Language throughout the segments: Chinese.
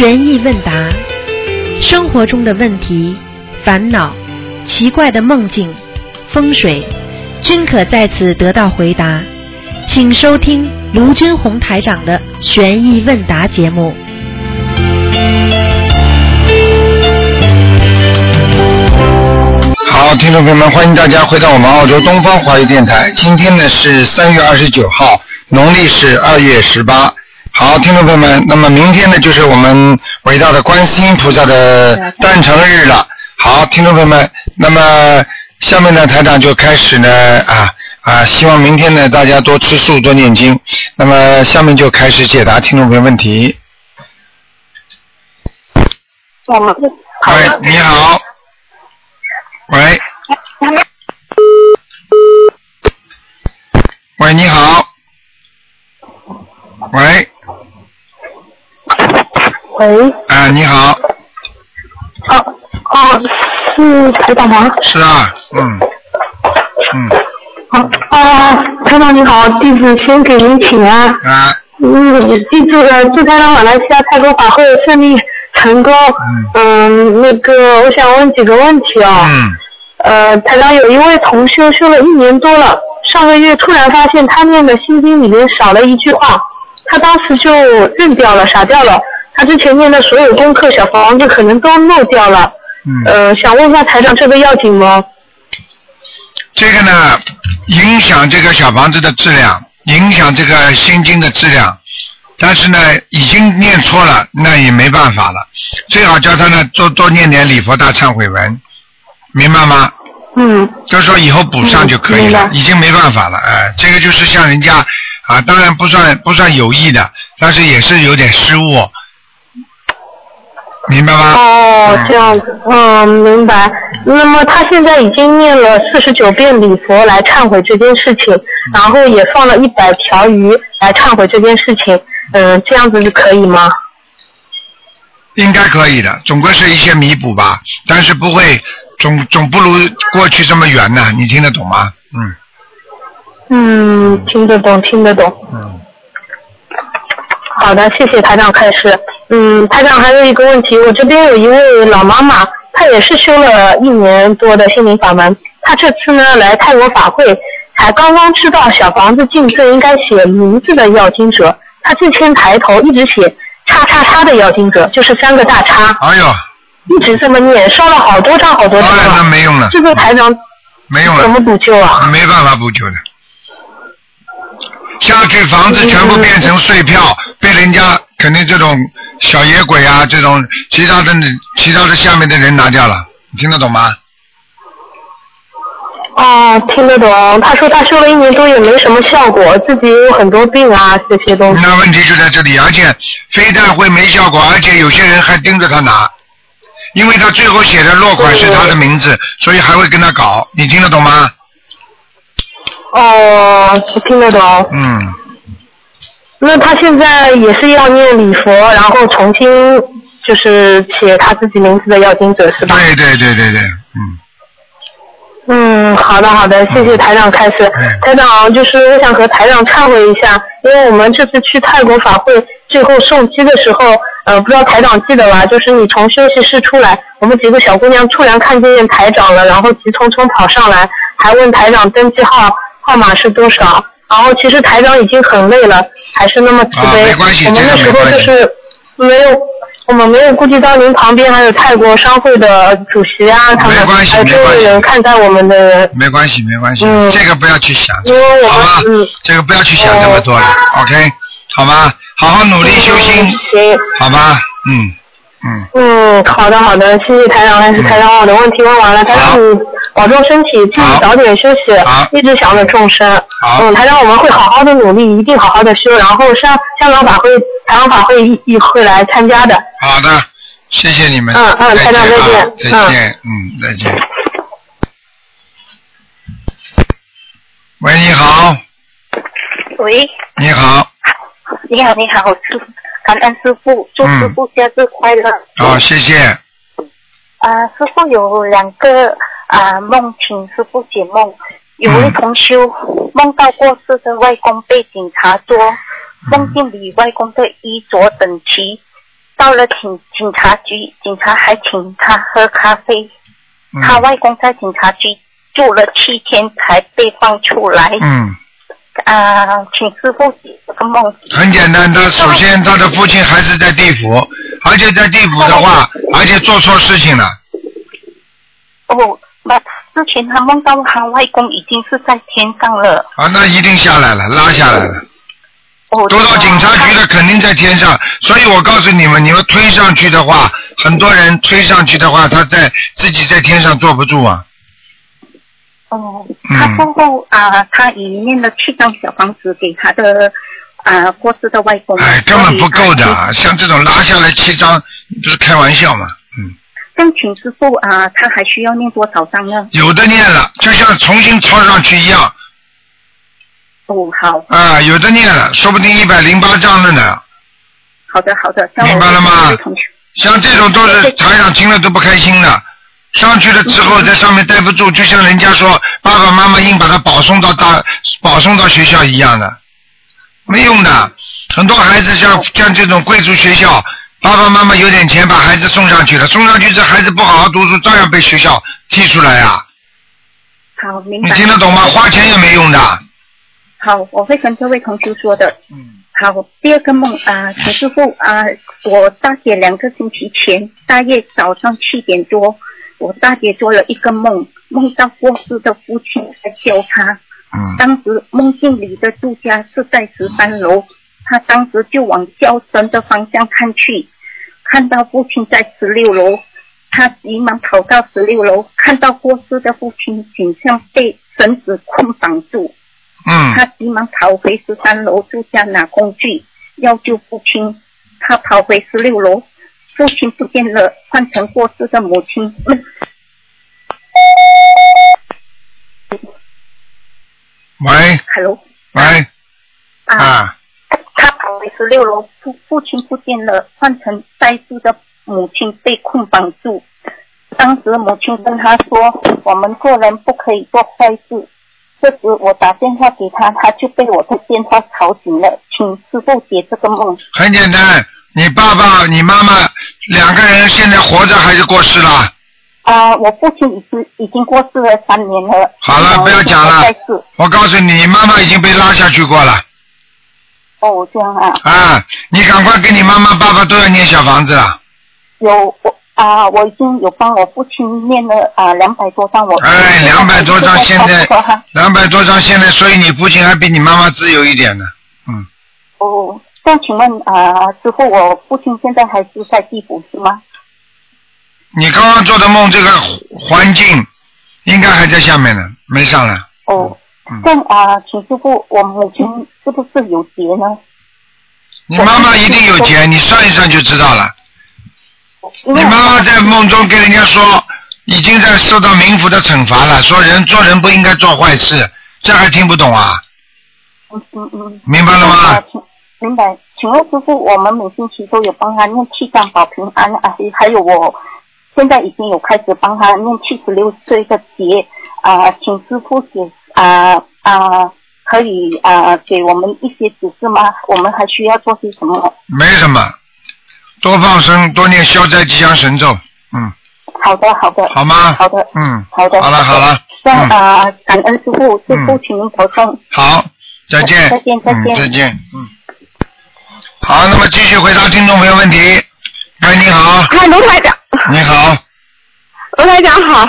悬疑问答，生活中的问题、烦恼、奇怪的梦境、风水，均可在此得到回答。请收听卢军红台长的悬疑问答节目。 好，听众朋友们，欢迎大家回到我们澳洲东方华语电台。今天呢是3月29号，农历是2月18。好，听众朋友们，那么明天呢就是我们伟大的观世音菩萨的诞辰日了。好，听众朋友们，那么下面呢台长就开始呢希望明天呢大家多吃素多念经。那么下面就开始解答听众朋友问题。喂，你好。喂，喂，你好。喂， 喂。 你好。 是台长吗？ 是啊， 台长你好，弟子先给您请安。弟子祝台长马来西亚泰国法会顺利成功。我想问几个问题啊。台长，有一位同修修了1年多了，上个月突然发现他念的心经里面少了一句话，他当时就认掉了，傻掉了。他之前念的所有功课小房子可能都漏掉了。想问一下台长，这个要紧吗？ 这个呢，影响这个小房子的质量，影响这个心经的质量。但是呢，已经念错了，那也没办法了。最好叫他呢多念点礼佛大忏悔文，明白吗？就是说以后补上就可以了，已经没办法了。这个就是像人家当然不算有意的，但是也是有点失误。明白吗？ 这样子，明白。那么他现在已经念了49遍礼佛来忏悔这件事情，然后也放了100条鱼来忏悔这件事情，这样子是可以吗？ 应该可以的，总归是一些弥补吧，但是不会总不如过去这么远呢，你听得懂吗？ 听得懂。好的，谢谢台长开始。台长还有一个问题，我这边有一位老妈妈，她也是修了1年多的心灵法门，她这次呢来泰国法会，才刚刚知道小房子进字应该写名字的要经者，她之前抬头一直写叉叉叉的要经者，就是3个大叉。 哎呦， 一直这么念，烧了好多张了。 那没用了。 这个台长没用了， 怎么补救啊？ 没办法补救的。下去房子全部变成碎票，被人家肯定这种小野鬼这种其他的下面的人拿掉了，你听得懂吗？ 听得懂。他说他修了1年多也没什么效果，自己也有很多病这些东西。 那问题就在这里，而且非但会没效果，而且有些人还盯着他拿，因为他最后写的落款是他的名字，所以还会跟他搞，你听得懂吗？ 听得懂。那他现在也是要念礼佛，然后重新就是写他自己名字的要经者是吧？ 对。 好的，谢谢台长开始。台长，就是我想和台长忏悔一下，因为我们这次去泰国法会最后送机的时候，不知道台长记得吧？就是你从休息室出来，我们几个小姑娘突然看见台长了，然后急匆匆跑上来，还问台长登记号码是多少。然后其实台长已经很累了，还是那么慈悲。 没关系， 我们那时候就是我们没有顾及到您旁边还有泰国商会的主席他们还有周围人看待我们的人。 没关系，这个不要去想，好吧？这个不要去想这么多了，OK， 好吗？好好努力修心，好吧？ 好的，谢谢台长。台长，我的问题问完了，台长你保重身体，自己早点休息，一直想着众生。台长，我们会好好的努力，一定好好的修，然后香港法会、台湾法会也会来参加的。 好的，谢谢你们。 台长再见。 再见，再见。喂，你好。 喂。 你好。 你好，感恩师父，祝师父节日快乐。 谢谢。 师父有2个梦，请师父解梦。有位同修梦到过世的外公被警察捉，梦境里外公的衣着整齐， 到了警察局，警察还请他喝咖啡。他外公在警察局住了7天才被放出来。请师父解这个梦。 很简单，他首先他的父亲还是在地府，而且在地府的话，而且做错事情了。 那之前他梦到他外公已经是在天上了。 那一定下来了，拉下来了。都到警察局了，肯定在天上。所以我告诉你们，你们推上去的话，很多人推上去的话，他自己在天上坐不住啊。 他过后他已念了7张小房子给他的过世的外公。 根本不够的，像这种拉下来7张，不是开玩笑吗？ 像请师父他还需要念多少张呢？ 有的念了，就像重新抄上去一样。 好。 有的念了，说不定108张了呢。 好的。 明白了吗？像这种都是台长听了都不开心的。上去了之后在上面待不住，就像人家说爸爸妈妈应把他保送到学校一样的，没用的。很多孩子像这种贵族学校，爸爸妈妈有点钱把孩子送上去了，送上去这孩子不好好读书，照样被学校踢出来啊。 好，明白。 你听得懂吗？花钱也没用的。 好，我会跟这位同学说的。好，第二个梦请师父我大姐2个星期前大约早上7点多，我大姐做了一个梦，梦到过世的父亲在叫她。当时梦境里的住家是在13楼，她当时就往叫声的方向看去，看到父亲在16楼，她急忙跑到16楼，看到过世的父亲颈项被绳子捆绑住。他急忙跑回13楼住家拿工具要救父亲，他跑回16楼，父亲不见了，换成过世的母亲。 喂 Hello 喂他跑回16楼，父亲不见了，换成在住的母亲被捆绑住。当时母亲跟他说，我们做人不可以做坏事。这时我打电话给他，他就被我的电话吵醒了，请师父解这个梦。 很简单，你爸爸你妈妈2个人现在活着还是过世了？ 我父亲已经过世了3年了。 好了，不要讲了。我告诉你，妈妈已经被拉下去过了。 这样啊。 你赶快给你妈妈爸爸都要念小房子了。 我已经有帮我父亲念了200多张。 200多张现在，200多张现在，所以你父亲还比你妈妈自由一点呢。 那请问师父，我父亲现在还是在地府是吗？ 你刚刚做的梦，这个环境应该还在下面呢，没上来。 请师父，我母亲是不是有劫呢？ 你妈妈一定有劫，你算一算就知道了。你妈妈在梦中跟人家说，已经在受到冥府的惩罚了，说做人不应该做坏事，这还听不懂啊？明白了吗？ 明白。请问师父，我们每星期都有帮他念7张保平安还有我现在已经有开始帮他念76岁的节请师父可以给我们一些指示吗？我们还需要做些什么？ 没什么。多放生，多念消灾吉祥神咒。 好的。 好吗？ 好的。好的。 好了。 感恩师父，师父请您保重。 好，再见。再见。好，那么继续回答听众朋友问题。喂，你好。 嗨，卢台长。 你好。 卢台长好。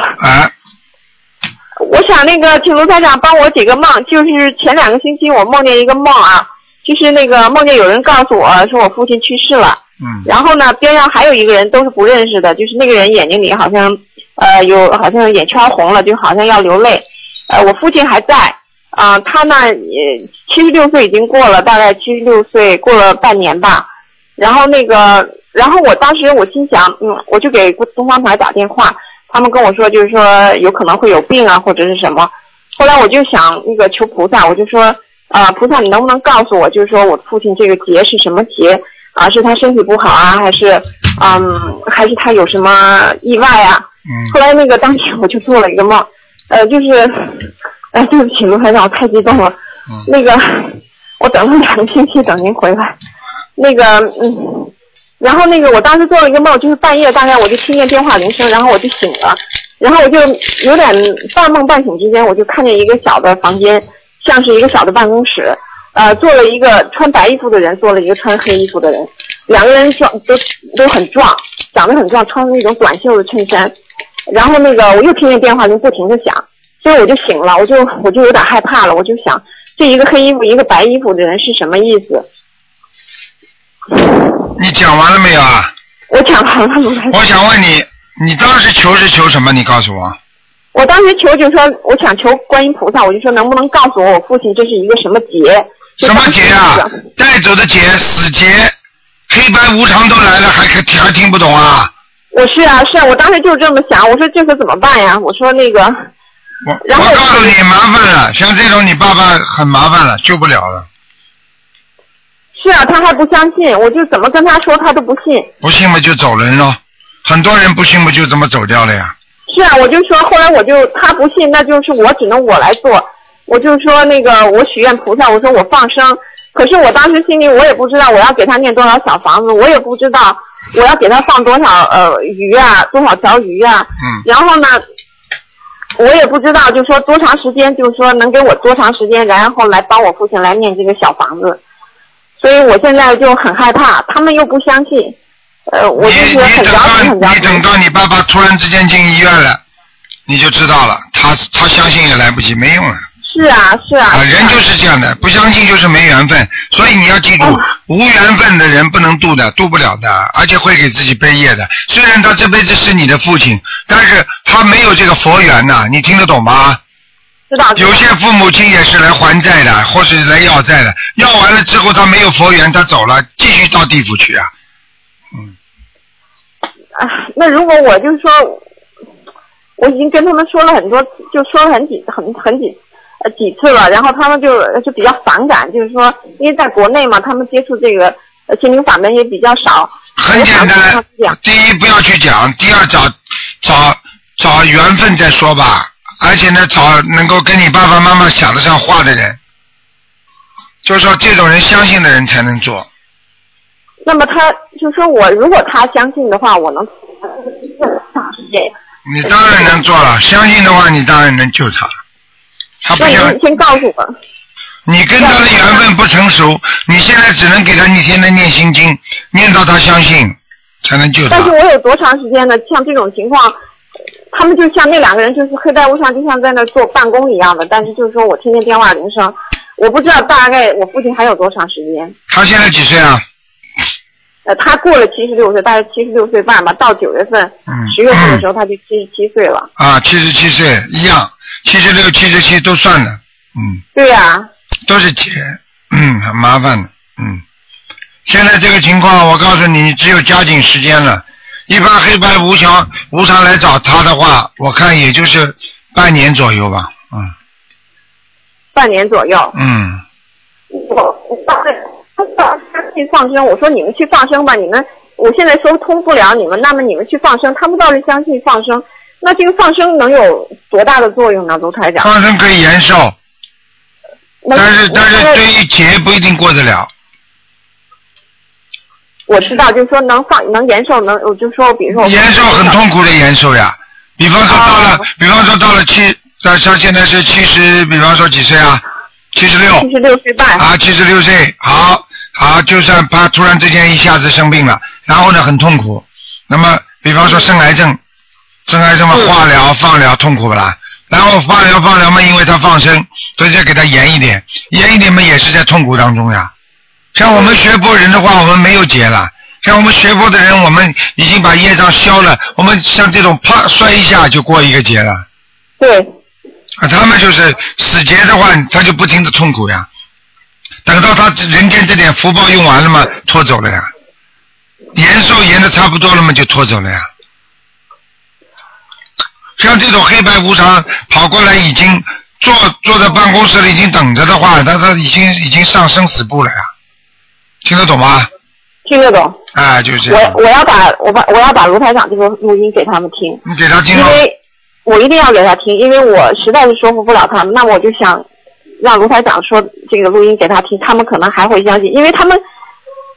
我想请卢台长帮我解个梦，就是前2个星期我梦见一个梦就是梦见有人告诉我说我父亲去世了。然后呢，边上还有一个人都是不认识的，就是那个人眼睛里好像好像眼圈红了，就好像要流泪。我父亲还在他呢76岁已经过了，大概76岁过了半年吧。然后我当时我心想我就给东方台打电话，他们跟我说就是说有可能会有病或者是什么。后来我就想求菩萨，我就说菩萨你能不能告诉我，就是说我父亲这个劫是什么劫是他身体不好还是他有什么意外后来当时我就做了一个梦就是对不起卢台长，我太激动了。我等了2个星期等您回来。 然后我当时做了一个梦，就是半夜大概我就听见电话铃声，然后我就醒了，然后我就有点半梦半醒之间，我就看见一个小的房间，像是一个小的办公室，坐了一个穿白衣服的人，坐了一个穿黑衣服的人，两个人都很壮，长得很壮，穿那种短袖的衬衫。然后我又听见电话铃不停地响，所以我就醒了，我就有点害怕了，我就想这一个黑衣服一个白衣服的人是什么意思？ 你讲完了没有啊？ 我讲完了。 我想问你，你当时求是求什么？你告诉我。 我当时求就是说，我想求观音菩萨，我就说能不能告诉我父亲这是一个什么劫？ 什么劫啊？带走的劫，死劫，黑白无常都来了，还听不懂啊？ 是啊，我当时就这么想，我说这可怎么办呀？我说我告诉你麻烦了，像这种你爸爸很麻烦了，救不了了。 是啊，他还不相信，我就怎么跟他说他都不信。不信嘛就走人了，很多人不信嘛就这么走掉了呀。 是啊，我就说后来他不信，那就是只能我来做。我就说我许愿菩萨，我说我放生，可是我当时心里我也不知道我要给他念多少小房子，我也不知道我要给他放多少鱼啊，多少条鱼啊。然后呢，我也不知道就说多长时间，就是说能给我多长时间，然后来帮我父亲来念这个小房子。所以我现在就很害怕，他们又不相信，我就是很着急很着急。 你等到你爸爸突然之间进医院了，你就知道了，他相信也来不及，没用了。 是啊。 人就是这样的，不相信就是没缘分，所以你要记住，无缘分的人不能度的，度不了的，而且会给自己背业的。虽然他这辈子是你的父亲，但是他没有这个佛缘呐，你听得懂吗？有些父母亲也是来还债的，或是来要债的，要完了之后他没有佛缘，他走了，继续到地府去啊。 那如果我就说，我已经跟他们说了很多，就说了几次了，然后他们就比较反感，就是说，因为在国内嘛，他们接触这个心灵法门也比较少。 很简单，第一不要去讲，第二找缘分再说吧。而且呢，找能够跟你爸爸妈妈讲得上话的人，就是说这种人相信的人才能做。 那么他就说如果他相信的话，我能你当然能做了，相信的话你当然能救他。他不相信， 先告诉我。 你跟他的缘分不成熟，你现在只能给他，你现在念心经，念到他相信才能救他。 但是我有多长时间呢？像这种情况。他们就像那两个人，就是黑白无常，就像在那做办公一样的。但是就是说我听见电话铃声，我不知道大概我父亲还有多长时间。 他现在几岁啊？ 他过了76岁，大概76岁半吧。到9月份、10月份的时候，他就77岁了。 77岁一样，76、77都算的。 对呀。 都是劫，很麻烦的。现在这个情况，我告诉你，只有加紧时间了。一般黑白无常来找他的话，我看也就是半年左右吧。 半年左右。我去放生，我说你们去放生吧，我现在说通不了你们，那么你们去放生，他们倒是相信放生，那这个放生能有多大的作用呢，卢台长？ 放生可以延寿，但是对于劫不一定过得了。 我知道，就是说能延寿，我就说，比如说延寿很痛苦的延寿呀。比方说到了他现在是70，比方说几岁啊？76 岁半。 76岁，好，就算他突然之间一下子生病了，然后呢很痛苦。那么，比方说生癌症嘛，化疗、放疗痛苦不啦？然后放疗嘛，因为他放生，所以再给他延一点嘛，也是在痛苦当中呀。像我们学佛人的话，我们没有劫了。像我们学佛的人，我们已经把业障消了。我们像这种啪摔一下就过一个劫了。 对。 他们就是死劫的话，他就不停的痛苦呀。等到他人间这点福报用完了嘛，拖走了呀。延寿延的差不多了嘛，就拖走了呀。像这种黑白无常跑过来，已经坐在办公室里已经等着的话，他已经上生死簿了呀。听得懂吗？ 听得懂。 就是这样。 我要把卢台长这个录音给他们听。 你给他听吗？ 因为我一定要给他听，因为我实在是说服不了他们，那我就想让卢台长说这个录音给他听，他们可能还会相信，因为他们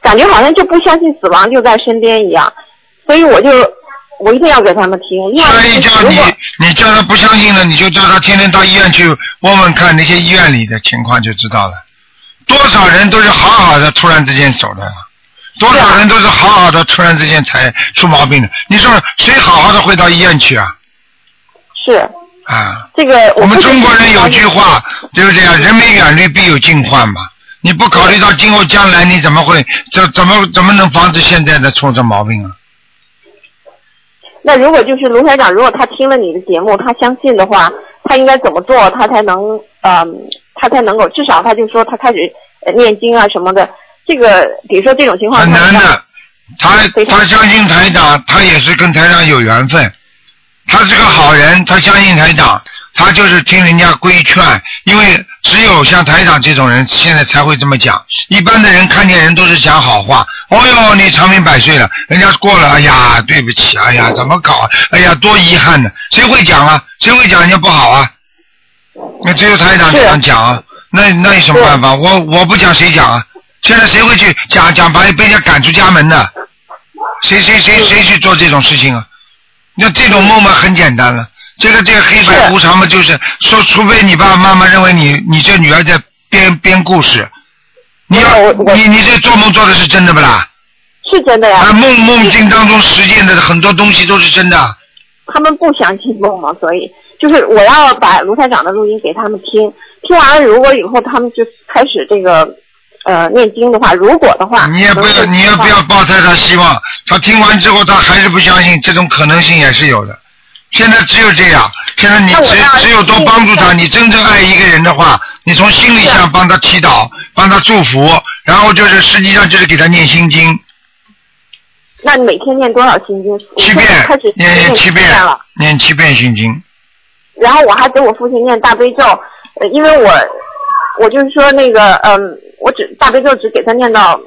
感觉好像就不相信死亡就在身边一样，所以我一定要给他们听。 所以叫你叫他不相信了，你就叫他天天到医院去问问看那些医院里的情况就知道了。多少人都是好好的，突然之间走了。多少人都是好好的，突然之间才出毛病的。你说谁好好的会到医院去啊？ 是啊， 这个我们中国人有句话，对不对啊？人没远虑，必有近患嘛。你不考虑到今后将来，你怎么会怎么能防止现在的出这毛病啊？ 那如果就是卢台长，如果他听了你的节目，他相信的话，他应该怎么做，他才能够，至少他就说他开始念经啊什么的。这个比如说这种情况很难的，他相信台长，他也是跟台长有缘分，他是个好人，他相信台长，他就是听人家规劝，因为只有像台长这种人现在才会这么讲，一般的人看见人都是讲好话，哦哟你长命百岁了，人家过了，哎呀对不起，哎呀怎么搞，哎呀多遗憾呢，谁会讲啊？谁会讲人家不好啊？那只有台长这样讲啊，那有什么办法？我不讲谁讲啊？现在谁会去讲把被人家赶出家门的？谁去做这种事情啊？那这种梦嘛很简单了，这个黑白无常嘛，就是说，除非你爸爸妈妈认为你这女儿在编故事，你这做梦做的是真的不啦？ 是真的呀。 梦境当中实践的很多东西都是真的。 他们不相信梦嘛，所以就是我要把卢台长的录音给他们听，听完了如果以后他们就开始这个念经的话，如果的话，你也不要抱太大希望。他听完之后，他还是不相信，这种可能性也是有的。现在只有这样，现在你只有多帮助他。你真正爱一个人的话，你从心理上帮他祈祷，帮他祝福，然后就是实际上就是给他念心经。 那你每天念多少心经 ？7遍， 开始念7遍了，念7遍心经。 然后我还给我父亲念大悲咒，因为我就是说那个我大悲咒只给他念到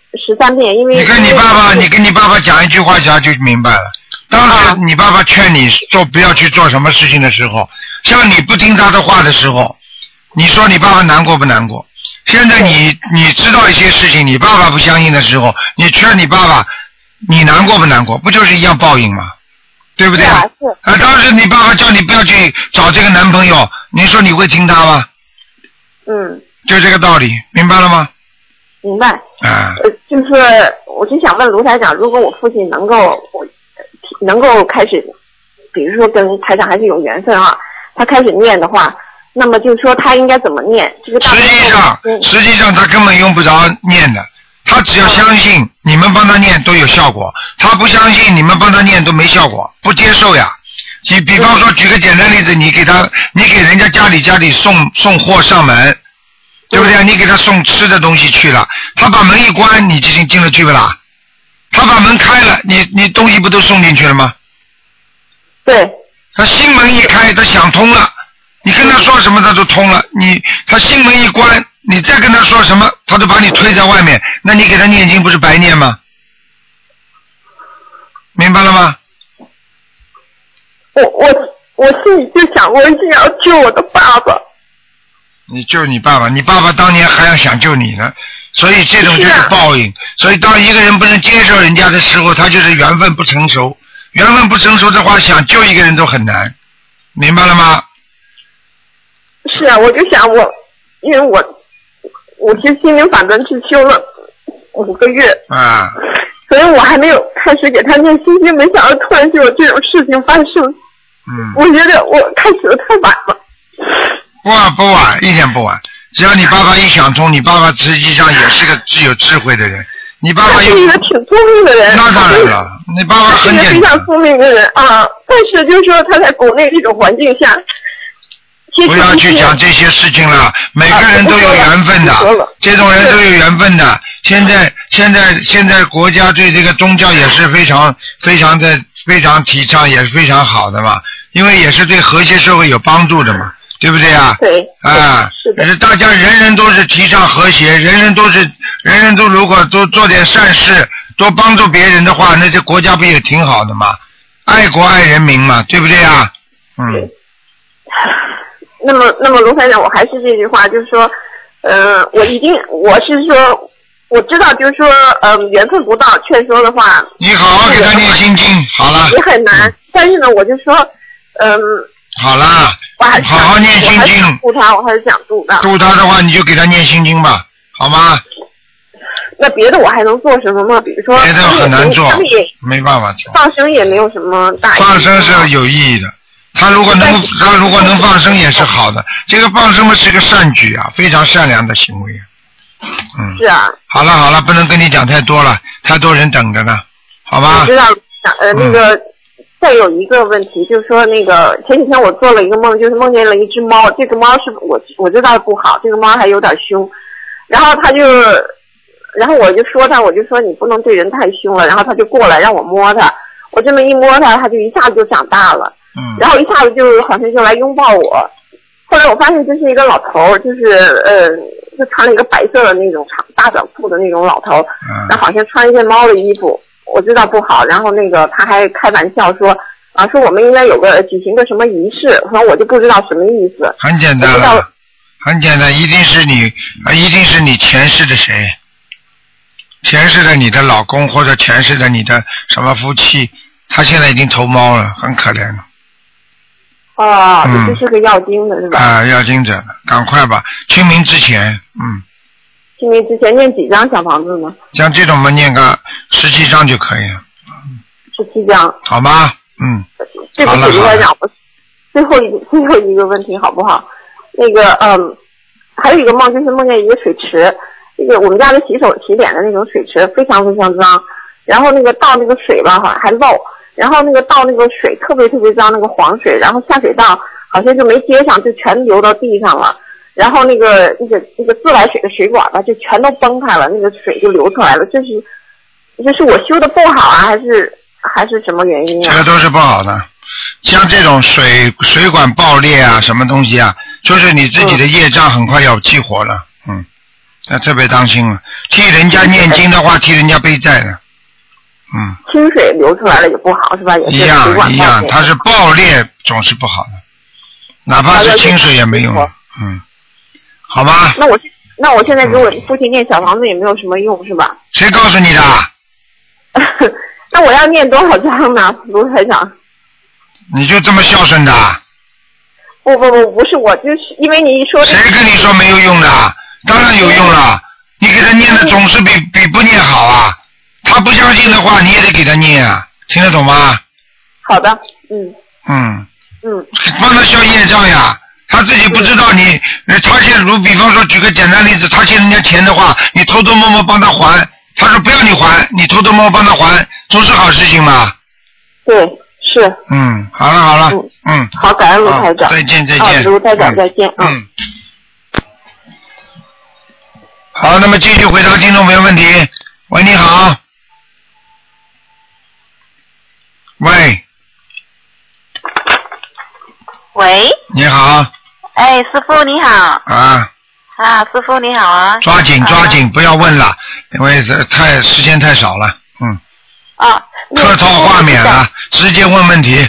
13遍，因为你跟你爸爸讲一句话，他就明白了。当时你爸爸劝你不要去做什么事情的时候，像你不听他的话的时候，你说你爸爸难过不难过？现在你知道一些事情，你爸爸不相信的时候，你劝你爸爸，你难过不难过？不就是一样报应吗？对不对？当时你爸爸叫你不要去找这个男朋友，你说你会听他吗？就这个道理，明白了吗？ 明白。就是我就想问卢台长，如果我父亲能够开始，比如说跟台长还是有缘分啊，他开始念的话，那么就是说他应该怎么念？这个实际上他根本用不着念的，他只要相信你们帮他念都有效果，他不相信你们帮他念都没效果，不接受呀。比方说举个简单例子，你给人家家里送货上门，对不对？你给他送吃的东西去了，他把门一关，你进了去不啦？他把门开了，你东西不都送进去了吗？ 对。 他心门一开，他想通了，你跟他说什么他都通了，他心门一关，你再跟他说什么他都把你推在外面，那你给他念经不是白念吗？明白了吗？ 我心里就想，我一定要救我的爸爸。 你救你爸爸，你爸爸当年还要想救你呢，所以这种就是报应。所以当一个人不能接受人家的时候，他就是缘分不成熟。缘分不成熟的话，想救一个人都很难，明白了吗？ 是啊，我就想因为我学心灵法门只修了5个月啊， 所以我还没有开始给他念心经，没想到突然就有这种事情发生。我觉得我开始的太晚了。 不晚，一点不晚。只要你爸爸一想通，你爸爸实际上也是个具有智慧的人。你爸爸是一个挺聪明的人。 那当然了，你爸爸很简单。 是一个非常聪明的人啊，但是就是说他在国内这种环境下， 不要去讲这些事情了。每个人都有缘分的，这种人都有缘分的。现在国家对这个宗教也是非常提倡，也是非常好的嘛。因为也是对和谐社会有帮助的嘛，对不对啊？ 对。 是大家人人都是提倡和谐，人人都如果都做点善事，多帮助别人的话，那这国家不也挺好的嘛？爱国爱人民嘛，对不对啊？ 那么卢台长，我还是这句话，就是说，我是说， 我知道，就是说，缘分不到，劝说的话， 你好好给他念心经，好了。 也很难，但是呢，我就说， 好啦，好好念心经。 我还是想度他。 度他的话，你就给他念心经吧，好吗？ 那别的我还能做什么吗？比如说， 别的很难做，没办法做。 放生也没有什么大意义。 放生是有意义的，他如果能放生也是好的。这个放生嘛是个善举啊，非常善良的行为。 是啊。 好了，不能跟你讲太多了，太多人等着呢，好吧？ 我知道，那个再有一个问题，就是说那个前几天我做了一个梦，就是梦见了一只猫，这个猫是我知道不好，这个猫还有点凶，然后我就说你不能对人太凶了，然后他就过来让我摸他，我这么一摸他，他就一下子就长大了，然后一下子就好像就来拥抱我，后来我发现这是一个老头，就是就穿了一个白色的那种大短裤的那种老头，然后好像穿一件猫的衣服，我知道不好，然后那个他还开玩笑说我们应该举行个什么仪式，然后我就不知道什么意思。 很简单了，很简单，一定是你前世的谁，前世的你的老公或者前世的你的什么夫妻，他现在已经投猫了，很可怜了。 这是个要经的是吧？ 要经者，赶快吧，清明之前， 清明之前念几张小房子呢？ 像这种嘛，念个17张就可以了。 17张。 好吗？ 对不起，卢台长，最后一个问题好不好？那个还有一个梦，就是梦见一个水池，这个我们家的洗脸的那种水池非常非常脏，然后那个倒那个水吧好像还漏，然后那个倒那个水特别特别脏，那个黄水，然后下水道好像就没接上，就全流到地上了，然后那个自来水的水管吧就全都崩开了，那个水就流出来了，这是我修的不好啊，还是什么原因啊？ 这个都是不好的，像这种水管爆裂啊，什么东西啊，就是你自己的业障很快要激活了，要特别当心了。替人家念经的话，替人家背债的， 清水流出来了也不好是吧？也是一样，它是爆裂总是不好的，哪怕是清水也没用，好吧？ 那我现在给我父亲念小房子也没有什么用是吧？ 谁告诉你的？ 那我要念多少章呢，卢台长？ 你就这么孝顺的？ 不是我，就是因为你一说。 谁跟你说没有用的？当然有用了，你给他念的总是比不念好啊。他不相信的话，你也得给他念啊，听得懂吗？ 好的， 帮他消业障呀。他自己不知道你，他现比方说举个简单例子，他欠人家钱的话，你偷偷摸摸帮他还，他说不要你还，你偷偷摸摸帮他还，总是好事情嘛。 对，是。 好了。 好，感恩卢台长。 再见。 卢台长再见。 好，那么继续回答听众朋友问题。喂，你好。 喂。 你好。 哎，师傅你好。师傅你好啊。 抓紧，不要问了，因为时间太少了。客套话免了，直接问问题。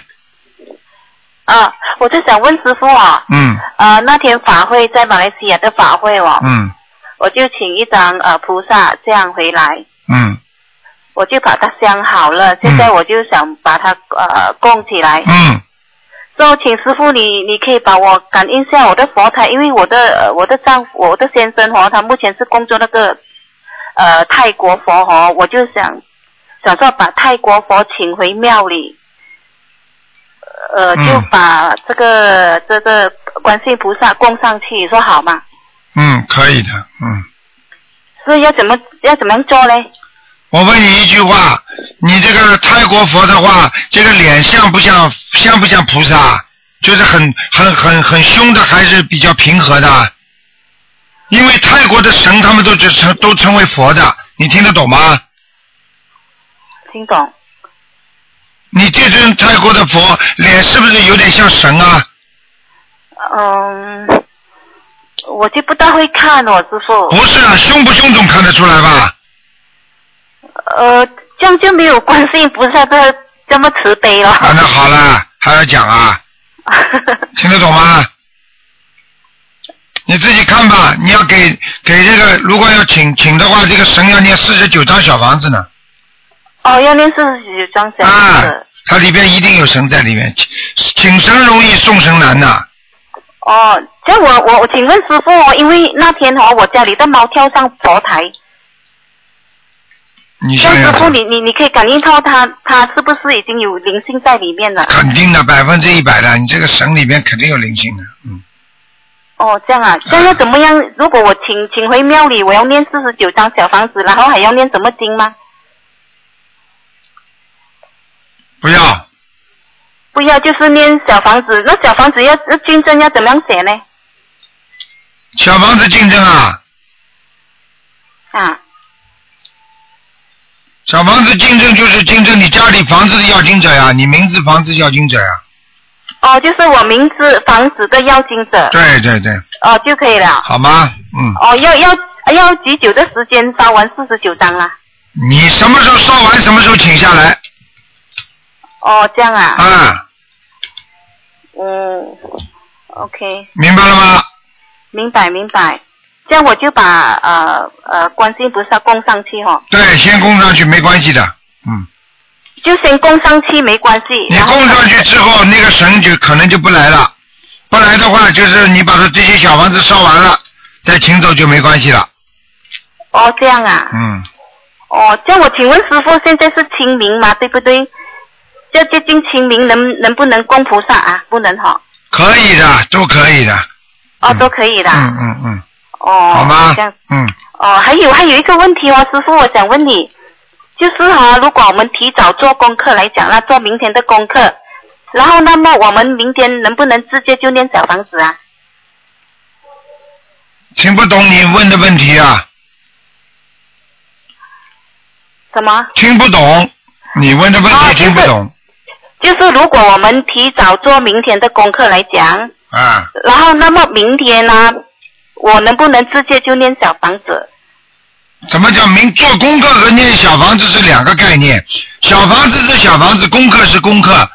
我就想问师傅那天法会在马来西亚的法会我就请一张菩萨这样回来。我就把它镶好了，现在我就想把它供起来。所以请师傅你可以把我感应下我的佛台，因为我的丈夫我的先生他目前是工作那个泰国佛我就想说把泰国佛请回庙里，就把这个观世音菩萨供上去，你说好吗？ 可以的。 是要怎么做呢？ 我问你一句话，你这个泰国佛的话，这个脸像不像菩萨？就是很凶的，还是比较平和的？因为泰国的神他们都称为佛的，你听得懂吗？ 听懂。 你这尊泰国的佛脸是不是有点像神啊？ 我就不大会看师傅。 不是啊，凶不凶总看得出来吧？ 这样就没有观世音菩萨这么慈悲了。 那好了，还要讲啊？听得懂吗？ 你自己看吧，你要给这个，如果要请的话，这个神要念49张小房子呢。 哦，要念49张小房子。 它里边一定有神在里面，请神容易送神难呐。 哦，这样我请问师傅哦，因为那天我家里的猫跳上佛台。 你想师傅，你可以感应到它是不是已经有灵性在里面了？ 肯定的，100%的，你这个神里边肯定有灵性的， 哦，这样啊，这样要怎么样？如果我请回庙里，我要念49张小房子，然后还要念什么经吗？不要，就是念小房子。那小房子要竞争要怎么样写呢？ 小房子竞争啊？小房子竞争就是竞争你家里房子的要经者呀，你名字房子要经者呀。 哦，就是我名字房子的要经者。 对。 哦，就可以了。 好吗？ 哦，要几久的时间烧完49张啊？ 你什么时候烧完，什么时候请下来。 哦，这样啊。OK。 明白了吗？ 明白。这样我就把观世音菩萨供上去哦。 对，先供上去没关系的， 就先供上去没关系。 你供上去之后，那个神就可能就不来了，不来的话，就是你把它这些小房子烧完了，再请走就没关系了。 哦，这样啊。哦，这样我请问师父，现在是清明嘛，对不对？要接近清明，能不能供菩萨啊？不能哈。 可以的，都可以的。 都可以的。哦。 好吗？ 这样。还有一个问题哦，师父，我想问你，就是如果我们提早做功课来讲，做明天的功课，然后那么我们明天能不能直接就念小房子啊？ 听不懂你问的问题啊。 什么？ 听不懂，你问的问题听不懂。 就是如果我们提早做明天的功课来讲，然后那么明天呢，我能不能直接就念小房子？ 怎么叫做功课和念小房子是两个概念？小房子是小房子，功课是功课。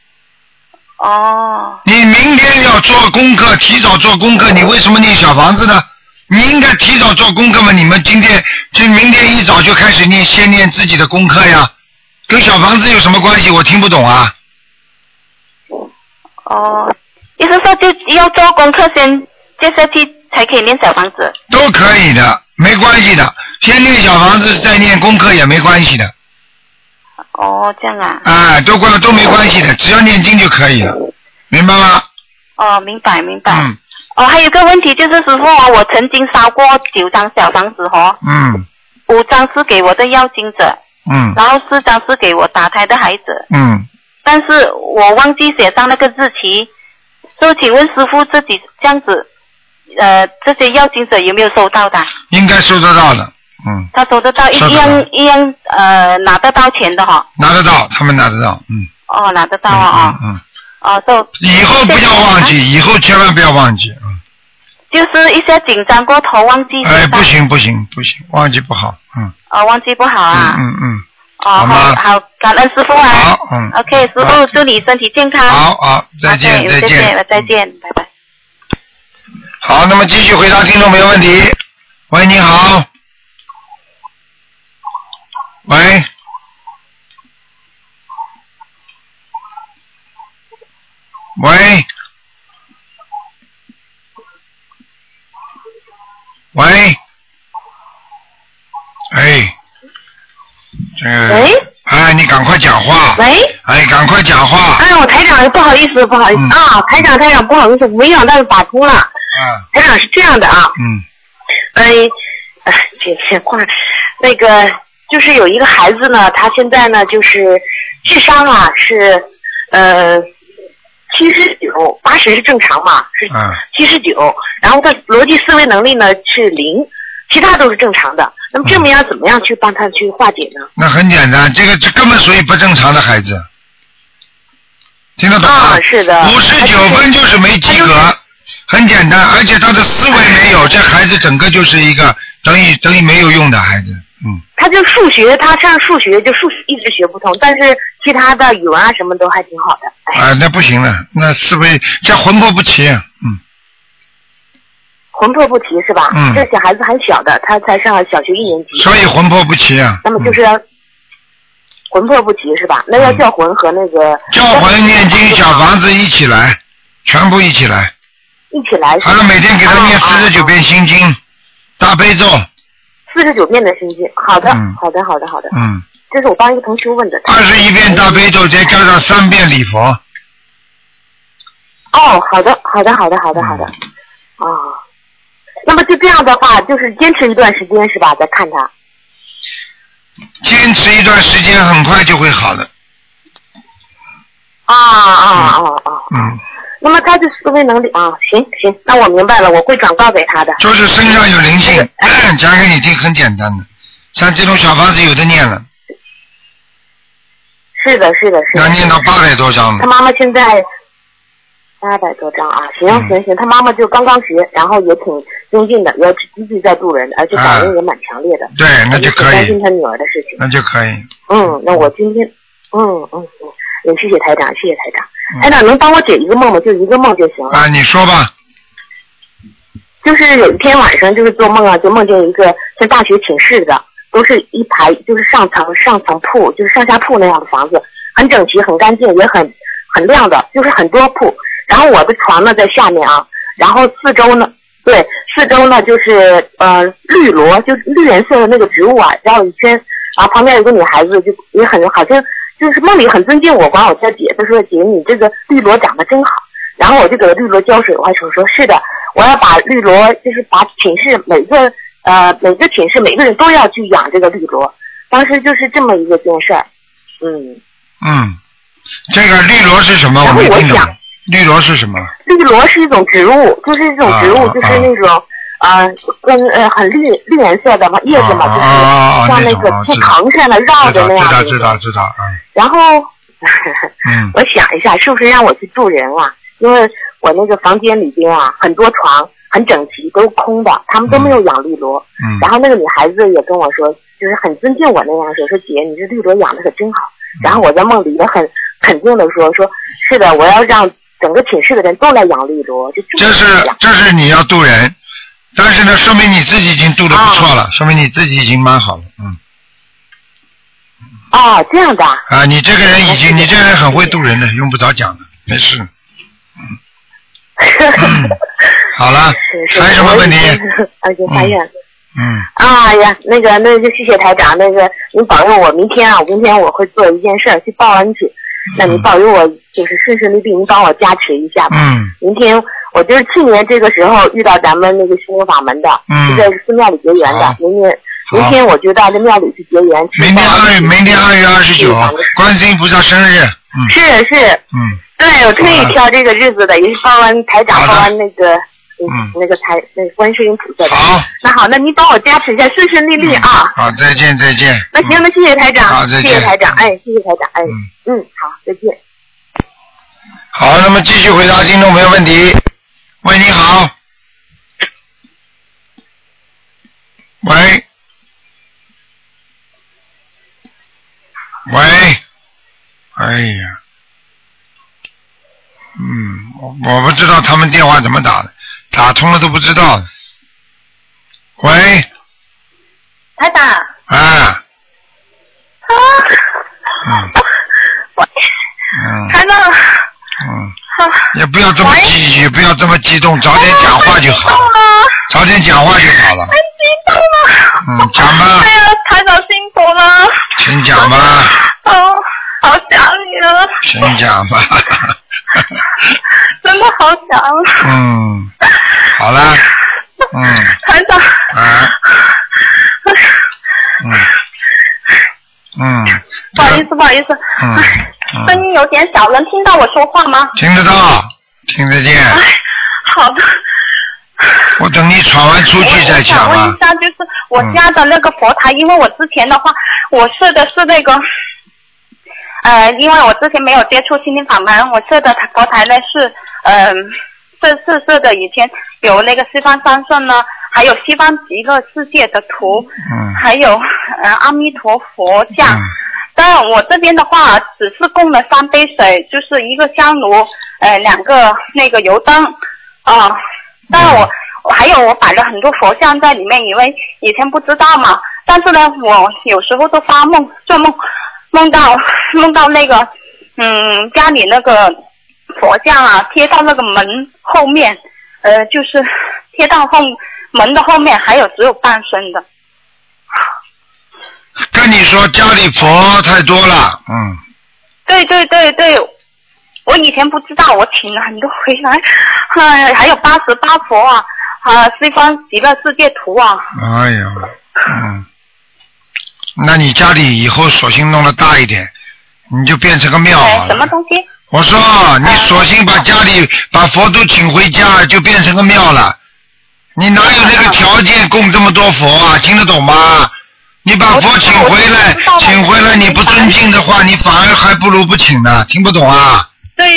你明天要做功课，提早做功课，你为什么念小房子呢？你应该提早做功课嘛，你们明天一早就开始先念自己的功课呀，跟小房子有什么关系？我听不懂啊。 意思说就要做功课先接下去才可以念小房子？ 都可以的，没关系的，先念小房子再念功课也没关系的。 这样啊。 都没关系的，只要念经就可以了，明白吗？ 明白。还有个问题就是师父我曾经烧过9张小房子5张是给我的要经者，然后4张是给我打胎的孩子，但是我忘记写上那个日期，所以请问师父自己这样子，这些要经者有没有收到的？应该收得到的，他收得到，一样拿得到钱的拿得到，他们拿得到，拿得到以后不要忘记，以后千万不要忘记，就是一下紧张过头忘记。不行，忘记不好，忘记不好啊。好，感恩师父啊。好，OK， 师父祝你身体健康。好，再见，再见，拜拜。 好，那么继续回答听众朋友问题。喂，你好。喂。你赶快讲话。赶快讲话。 我台长，不好意思台长，不好意思，没想到打通了。台长是这样的啊。这话，那个就是有一个孩子呢，他现在呢就是智商是79， 80是正常嘛，是79，然后他逻辑思维能力呢是0，其他都是正常的。那么这么样怎么样去帮他去化解呢？那很简单，这根本属于不正常的孩子，听得懂吗？是的。59分就是没及格，很简单，而且他的思维没有，这孩子整个就是一个等于没有用的孩子。他就数学，他上数学就数学一直学不通，但是其他的语文什么都还挺好的。那不行了，那思维叫魂魄不齐。 魂魄不齐是吧？这小孩子还小的，他才上小学1年级。 所以魂魄不齐啊。 那么就是魂魄不齐是吧？那要叫魂和那个。 叫魂念经小房子一起来，全部一起来。 一起来。 还要每天给他念49遍心经，大悲咒。 49遍的心经，好的，好的。这是我帮一个同学问的。 21遍大悲咒，再加上3遍礼佛。 哦，好的。那么就这样的话，就是坚持一段时间是吧？再看他。 坚持一段时间，很快就会好的。 那么他的思维能力行，那我明白了，我会转告给他的。 就是身上有灵性，讲给你听，很简单的，像这种小房子有的念了。 是的。 要念到800多章了。 他妈妈现在800多章啊，行，他妈妈就刚刚学，然后也挺精进的，也积极在度人的，而且感恩也蛮强烈的。 对，那就可以。 担心他女儿的事情。 那就可以。 那我今天，也谢谢台长。台长能帮我解一个梦吗？就一个梦就行了。 你说吧。 就是有一天晚上，就是做梦啊，就梦见一个像大学寝室的，都是一排，就是上层铺，就是上下铺那样的房子，很整齐、很干净，也很亮的，就是很多铺。然后我的床呢在下面啊，然后四周呢就是绿萝，就绿颜色的那个植物啊，绕了一圈。然后旁边有个女孩子，就也很好像就是梦里很尊敬我，管我叫姐，她说姐你这个绿萝长得真好。然后我就给绿萝浇水，我还说是的，我要把绿萝，就是把寝室每个寝室每个人都要去养这个绿萝。当时就是这么一个件事儿。 这个绿萝是什么？ 然后我想。 绿萝是什么？ 绿萝是一种植物，就是这种植物，就是那种跟很绿颜色的嘛，叶子嘛，就是像那个像藤似的绕着那样的。 知道。 然后我想一下，是不是让我去助人啊？因为我那个房间里边啊，很多床很整齐，都是空的，他们都没有养绿萝。然后那个女孩子也跟我说，就是很尊敬我那样说姐，你这绿萝养的可真好。然后我在梦里也很肯定的说是的，我要让整个寝室的人都来养绿萝。 这是你要渡人，但是呢，说明你自己已经渡得不错了，说明你自己已经蛮好了。 这样的你这个人你这个人很会渡人的，用不着讲的，没事。好了，还有什么问题？ 发愿。那就谢谢台长，您保佑我明天我会做一件事去报恩去。那你保佑我就是顺顺利利，您帮我加持一下吧。明天我就是去年这个时候遇到咱们那个心灵法门的，是在寺庙里结缘的。明天我就到这庙里去结缘。 明天2月29，观世音菩萨生日。 是。对，我特意挑这个日子的，也是报完台长，报完那个观世音菩萨的。 好。 那好，那您帮我加持一下，顺顺利利啊。 好，再见。 那行，那谢谢台长。 好，再见。 谢谢台长，谢谢台长，好，再见。 好，那么继续回答听众朋友问题。喂，你好。喂，哎呀，我不知道他们电话怎么打的，打通了都不知道。喂， 台长。台长。 也不要这么激动，早点讲话就好了。早点讲话就好了。 太激动了。 讲吧。 哎呀，台长辛苦了。 请讲吧。 好想你了。 请讲吧。 真的好想。 好了。 台长。不好意思。声音有点小，能听到我说话吗？ 听得到，听得见。 好的。 我等你闯完出去再讲啊。 我想问一下，就是我家的那个佛台，因为我之前的话，我设的是那个，因为我之前没有接触心灵法门，我设的佛台呢是，设的以前有那个西方三圣呢，还有西方极乐世界的图，还有阿弥陀佛像。但我这边的话，只是供了3杯水，就是一个香炉，2个那个油灯，但还有我摆了很多佛像在里面，因为以前不知道嘛。但是呢，我有时候都发梦，做梦梦到那个家里那个佛像啊贴到那个门后面，就是贴到门的后面，还有只有半身的。 跟你说家里佛太多了， 对，我以前不知道，我请了很多回来，还有88佛啊，西方极乐世界图啊。 哎呀，那你家里以后索性弄得大一点，你就变成个庙好了。 什么东西？ 我说你索性把家里把佛都请回家，就变成个庙了。你哪有那个条件供这么多佛啊？听得懂吗？你把佛请回来，你不尊敬的话，你反而还不如不请呢。听不懂啊？ 对。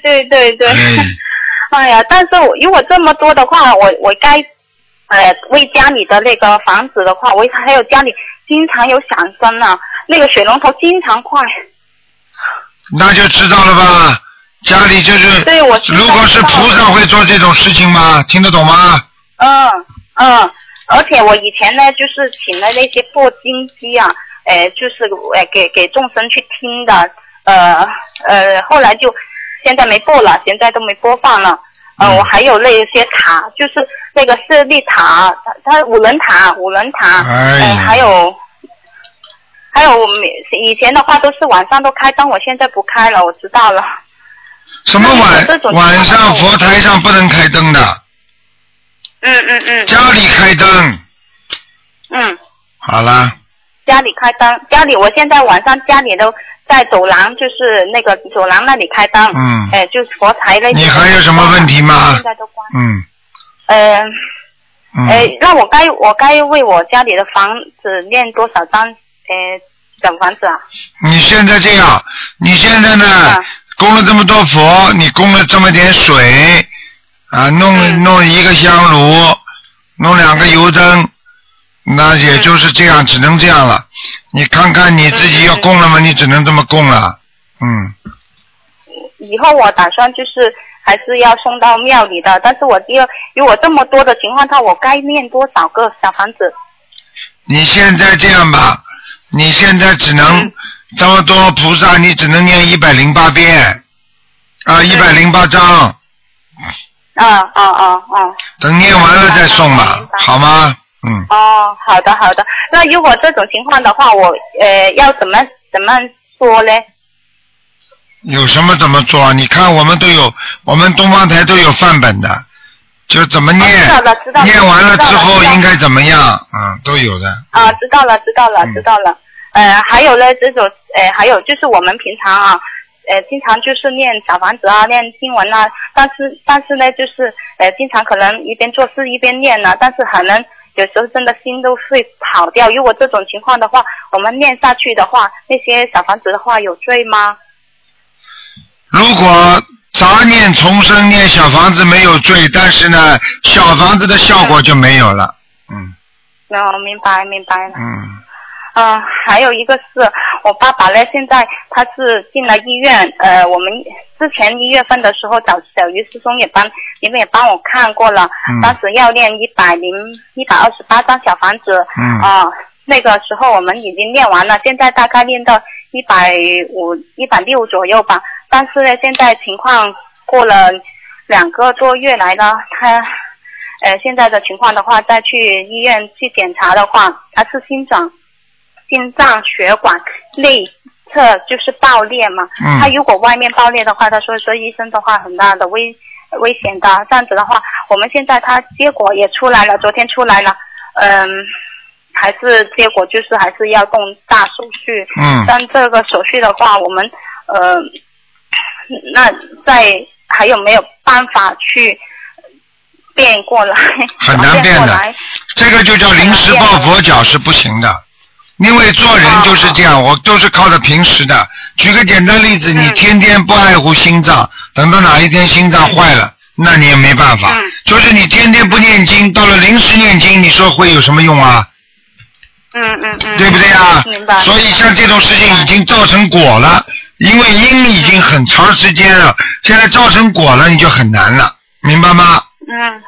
哎呀，但是如果这么多的话，我该为家里的那个房子的话，我还有家里经常有响声啊，那个水龙头经常坏。 那就知道了吧？家里就是， 对，我如果是菩萨会做这种事情吗？听得懂吗？ 而且我以前呢，就是请了那些播经机啊，就是给众生去听的，后来就现在没播了，现在都没播放了。我还有那些塔，就是那个舍利塔，它五轮塔，还有以前的话都是晚上都开灯，我现在不开了，我知道了。 什么晚上佛台上不能开灯的？家里开灯。好了。 家里开灯，我现在晚上家里都在走廊，就是那个走廊那里开灯。就是佛台那。 你还有什么问题吗？ 现在都关。那我该为我家里的房子念多少张小房子啊？ 你现在这样，你现在呢？供了这么多佛，你供了这么点水啊，弄一个香炉，弄2个油灯，那也就是这样，只能这样了。你看看你自己要供了吗？你只能这么供了。 以后我打算就是还是要送到庙里的，但是如果这么多的情况下，我该念多少个小房子？ 你现在这样吧，你现在只能这么多菩萨，你只能念108遍，108章。等念完了再送吧，好吗？ 好的。那如果这种情况的话，我要怎么说呢？ 有什么怎么做？你看我们东方台都有范本的，就怎么念，念完了之后应该怎么样，都有的。 知道了。还有呢，这种还有就是我们平常啊，经常就是念小房子啊，念经文啊，但是呢，就是经常可能一边做事一边念啊，但是可能有时候真的心都会跑掉。如果这种情况的话，我们念下去的话，那些小房子的话有罪吗？ 如果杂念重生念小房子没有罪，但是呢，小房子的效果就没有了。 明白了。还有一个是我爸爸呢，现在他是进了医院，我们之前1月份的时候找小鱼师兄你们也帮我看过了，当时要念128张小房子，那个时候我们已经念完了，现在大概念到150、160左右吧。但是呢，现在情况过了2个多月来呢，他现在的情况的话，再去医院去检查的话，他是心脏血管内侧就是爆裂嘛。他如果外面爆裂的话，他说医生的话很大的危险的。这样子的话，我们现在他结果也出来了，昨天出来了，还是结果就是还是要动大手术。但这个手术的话，我们那还有没有办法去变过来？ 很难变的，这个就叫临时抱佛脚是不行的。因为做人就是这样，我都是靠着平时的。举个简单例子，你天天不爱护心脏，等到哪一天心脏坏了，那你也没办法。就是你天天不念经，到了临时念经，你说会有什么用啊？对不对啊？ 明白。 所以像这种事情已经造成果了，因为因已经很长时间了，现在造成果了，你就很难了，明白吗？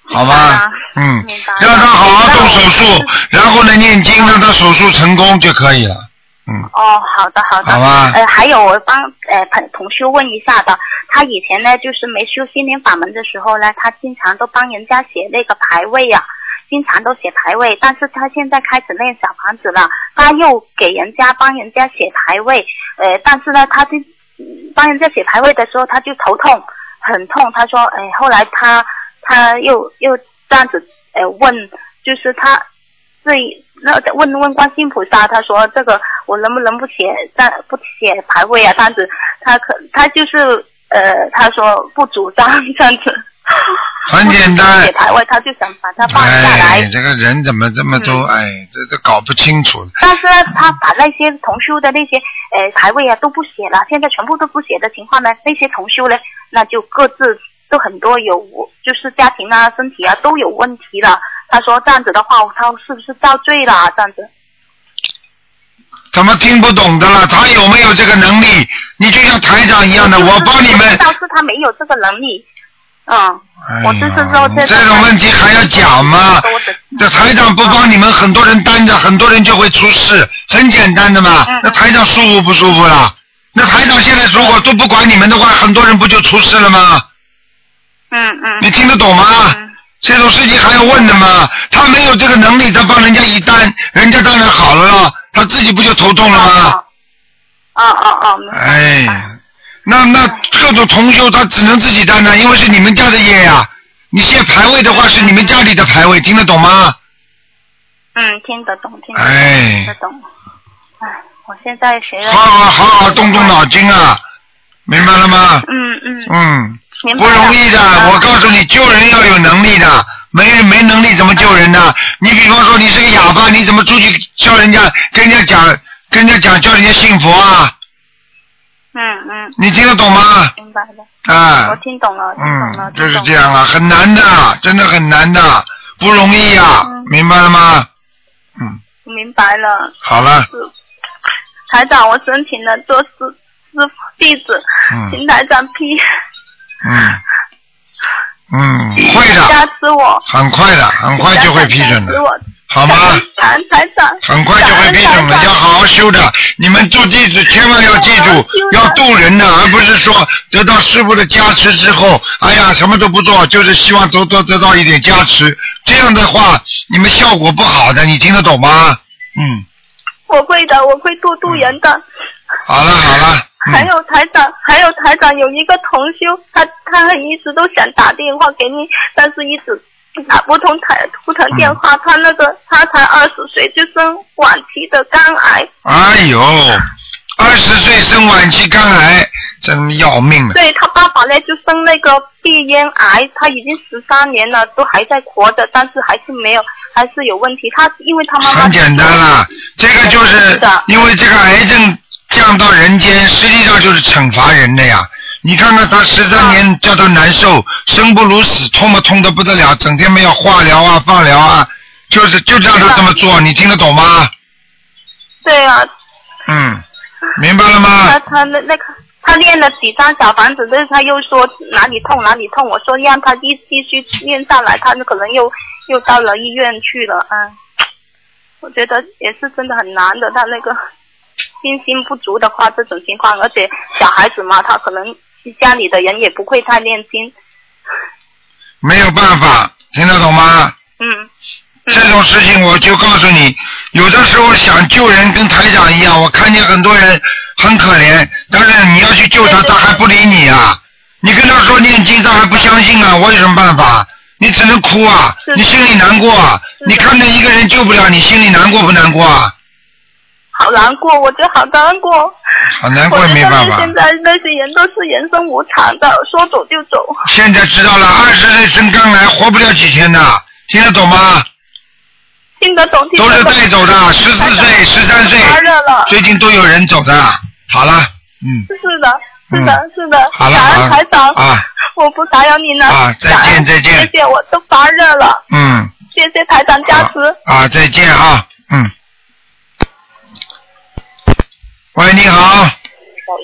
好吧？让他好好动手术，然后呢念经，让他手术成功就可以了。 哦，好的。好吧。 还有我帮同修问一下的，他以前呢就是没修心灵法门的时候呢，他经常都帮人家写那个牌位啊，经常都写牌位，但是他现在开始练小房子了，他又给帮人家写牌位，但是呢，他就帮人家写牌位的时候，他就头痛，很痛。他说，后来他又这样子问，就是他自己问观世音菩萨，他说这个我能不能不写牌位啊？这样子，他就是他说不主张这样子。 很简单， 写牌位他就想把它放下来。 这个人怎么这么多？这搞不清楚。 但是呢，他把那些同修的那些牌位啊都不写了，现在全部都不写的情况呢，那些同修呢，那就各自都很多就是家庭啊、身体啊都有问题了。他说这样子的话，他是不是遭罪了？这样子。 怎么听不懂的了？他有没有这个能力？你就像台长一样的，我帮你们。 倒是他没有这个能力。我就是说这种问题还要讲吗？这台长不帮你们，很多人担着，很多人就会出事，很简单的嘛。那台长舒服不舒服啦？那台长现在如果都不管你们的话，很多人不就出事了吗？你听得懂吗？这种事情还要问的吗？他没有这个能力，他帮人家一担，人家当然好了咯，他自己不就头痛了吗？那各种同修他只能自己担当，因为是你们家的业呀。你写牌位的话是你们家里的牌位，听得懂吗？ 听得懂，听得懂。我现在学了。 好动脑筋啊，明白了吗？不容易的，我告诉你，救人要有能力的，没能力怎么救人呢？你比方说你是个哑巴，你怎么出去叫人家跟人家讲叫人家信佛啊？你听得懂吗？ 明白了。我听懂了。 就是这样了，很难的，真的很难的，不容易呀，明白了吗？ 明白了。 好了。 台长，我申请了做师弟子，请台长批。 会的。 加持我。 很快的，很快就会批准的。好吗？ 台长。 很快就会批准的，要好好修的。你们做弟子千万要记住，要度人的，而不是说得到师父的加持之后，什么都不做，就是希望得到一点加持。这样的话，你们效果不好的，你听得懂吗？ 我会的，我会度人的。 好了。 还有台长有一个同修，他一直都想打电话给你，但是一直打不通电话。他才20岁就生晚期的肝癌。20 岁生晚期肝癌，真要命了。 对，他爸爸呢就生那个鼻咽癌，他已经13年了，都还在活着，但是还是有问题。因为他妈妈很简单了，这个就是因为这个癌症降到人间，实际上就是惩罚人的呀。你看看他13年叫他难受，生不如死，痛嘛痛得不得了，整天没有化疗啊、放疗啊，就让他这么做，你听得懂吗？ 对啊。 明白了吗？ 他练了几张小房子，但是他又说哪里痛，我说让他继续练上来，他可能又到了医院去了。我觉得也是真的很难的，他那个信心不足的话，这种情况，而且小孩子嘛，他可能家里的人也不会太念经。 没有办法，听得懂吗？这种事情我就告诉你，有的时候想救人跟台长一样，我看见很多人很可怜，但是你要去救他，他还不理你啊！你跟他说念经，他还不相信啊！我有什么办法？你只能哭啊！你心里难过啊！你看着一个人救不了，你心里难过不难过啊？ 好难过，我觉得好难过。 好难过，没办法。 现在那些人都是人生无常的，说走就走。 现在知道了，20岁生肝癌，活不了几天的，听得懂吗？ 听得懂。 都是带走的，14岁、13岁，最近都有人走的。好了， 是的。 好了， 感恩台长。我不打扰你了。 再见。 谢谢，我都发热了。谢谢台长加持。 再见啊。喂，你好。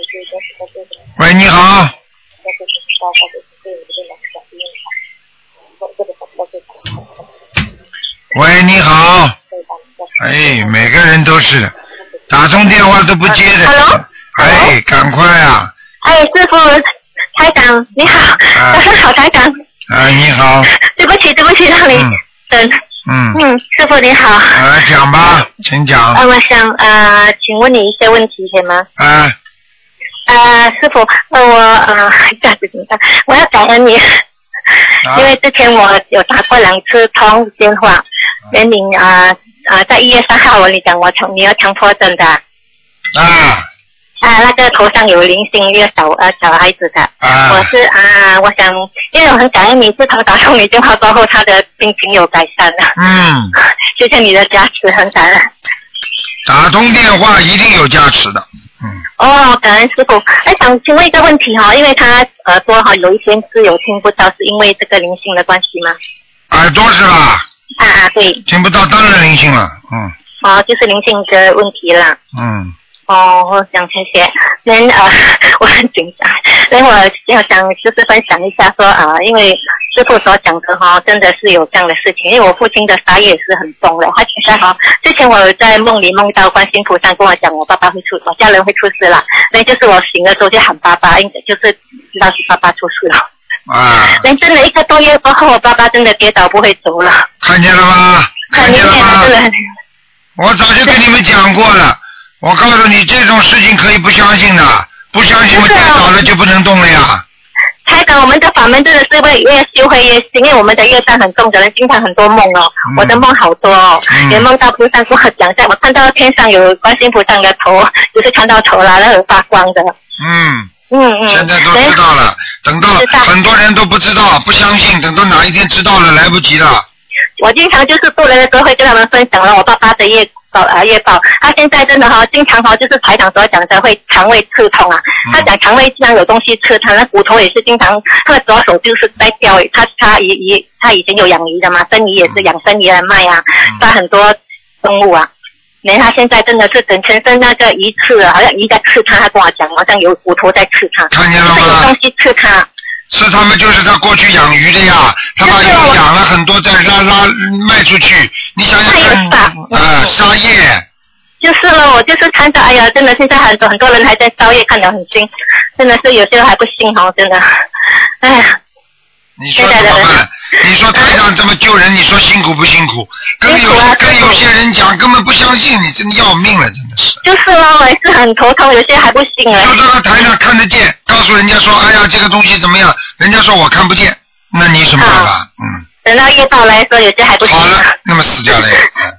喂，你好。 喂，你好。哎，每个人都是打通电话都不接的。 Hello。 哎，赶快啊！ 哎，师傅，台长，你好，早上好，台长。 你好。 对不起，让你等。师傅你好。 讲吧，请讲。 我想请问你一些问题，可以吗？师傅，我要感恩你，因为之前我有打过2次通电话，连你在1月3号你讲你要强迫症的。那个头上有灵性，一个小孩子的。我想，因为我很感恩你，自从打通你电话过后，他的病情有改善了。谢谢你的加持，很感恩。 打通电话一定有加持的。 感恩师傅。想请问一个问题因为他耳朵有一天是有听不到，是因为这个灵性的关系吗？ 耳朵是吧？ 对。 听不到当然灵性了。 就是灵性的问题了。我想谢谢。我很紧张，我想就是分享一下说因为师傅所讲的真的是有这样的事情，因为我父亲的杀业也是很重的。他现在之前我在梦里梦到观世音菩萨跟我讲我家人会出事了，那就是我醒的时候就喊爸爸，就是知道是爸爸出事了。真的1个多月过后，我爸爸真的跌倒不会走了。 看见了吗？我早就跟你们讲过了。我告诉你，这种事情可以不相信的，不相信我跌倒了就不能动了呀。 台长，我们的法门真的是越修会越新，因为我们的业障很重的人经常很多梦我的梦好多也梦到菩萨跟我讲，在我看到天上有观世音菩萨的头，就是看到头了，那有发光的。 现在都知道了，等到很多人都不知道不相信，等到哪一天知道了来不及了。 我经常就是渡人的时候会跟他们分享了我爸爸的业报，他现在真的经常就是台长所讲的会肠胃刺痛他讲肠胃经常有东西吃，他的骨头也是经常，他的左手就是在掉，他以前有养鱼的嘛，生鱼也是养生鱼来卖杀很多动物他现在真的是整全身那个鱼刺好像鱼在刺他跟我讲好像有骨头在刺他， 看见了吗？ 有东西刺他。 是他们就是他过去养鱼的呀，他把鱼养了很多再拉卖出去，你想想看杀业。 就是了，我就是看到真的现在很多人还在烧业，看得很心，真的是有些人还不信真的。 你说怎么办？你说台长这么救人，你说辛苦不辛苦？跟有些人讲根本不相信，你真的要命了，真的是。 就是了，我也是很头痛，有些还不信就这个台上看得见，告诉人家说这个东西怎么样，人家说我看不见，那你什么办法？ 等到业报来说，有些还不信。 好了，那么死掉了。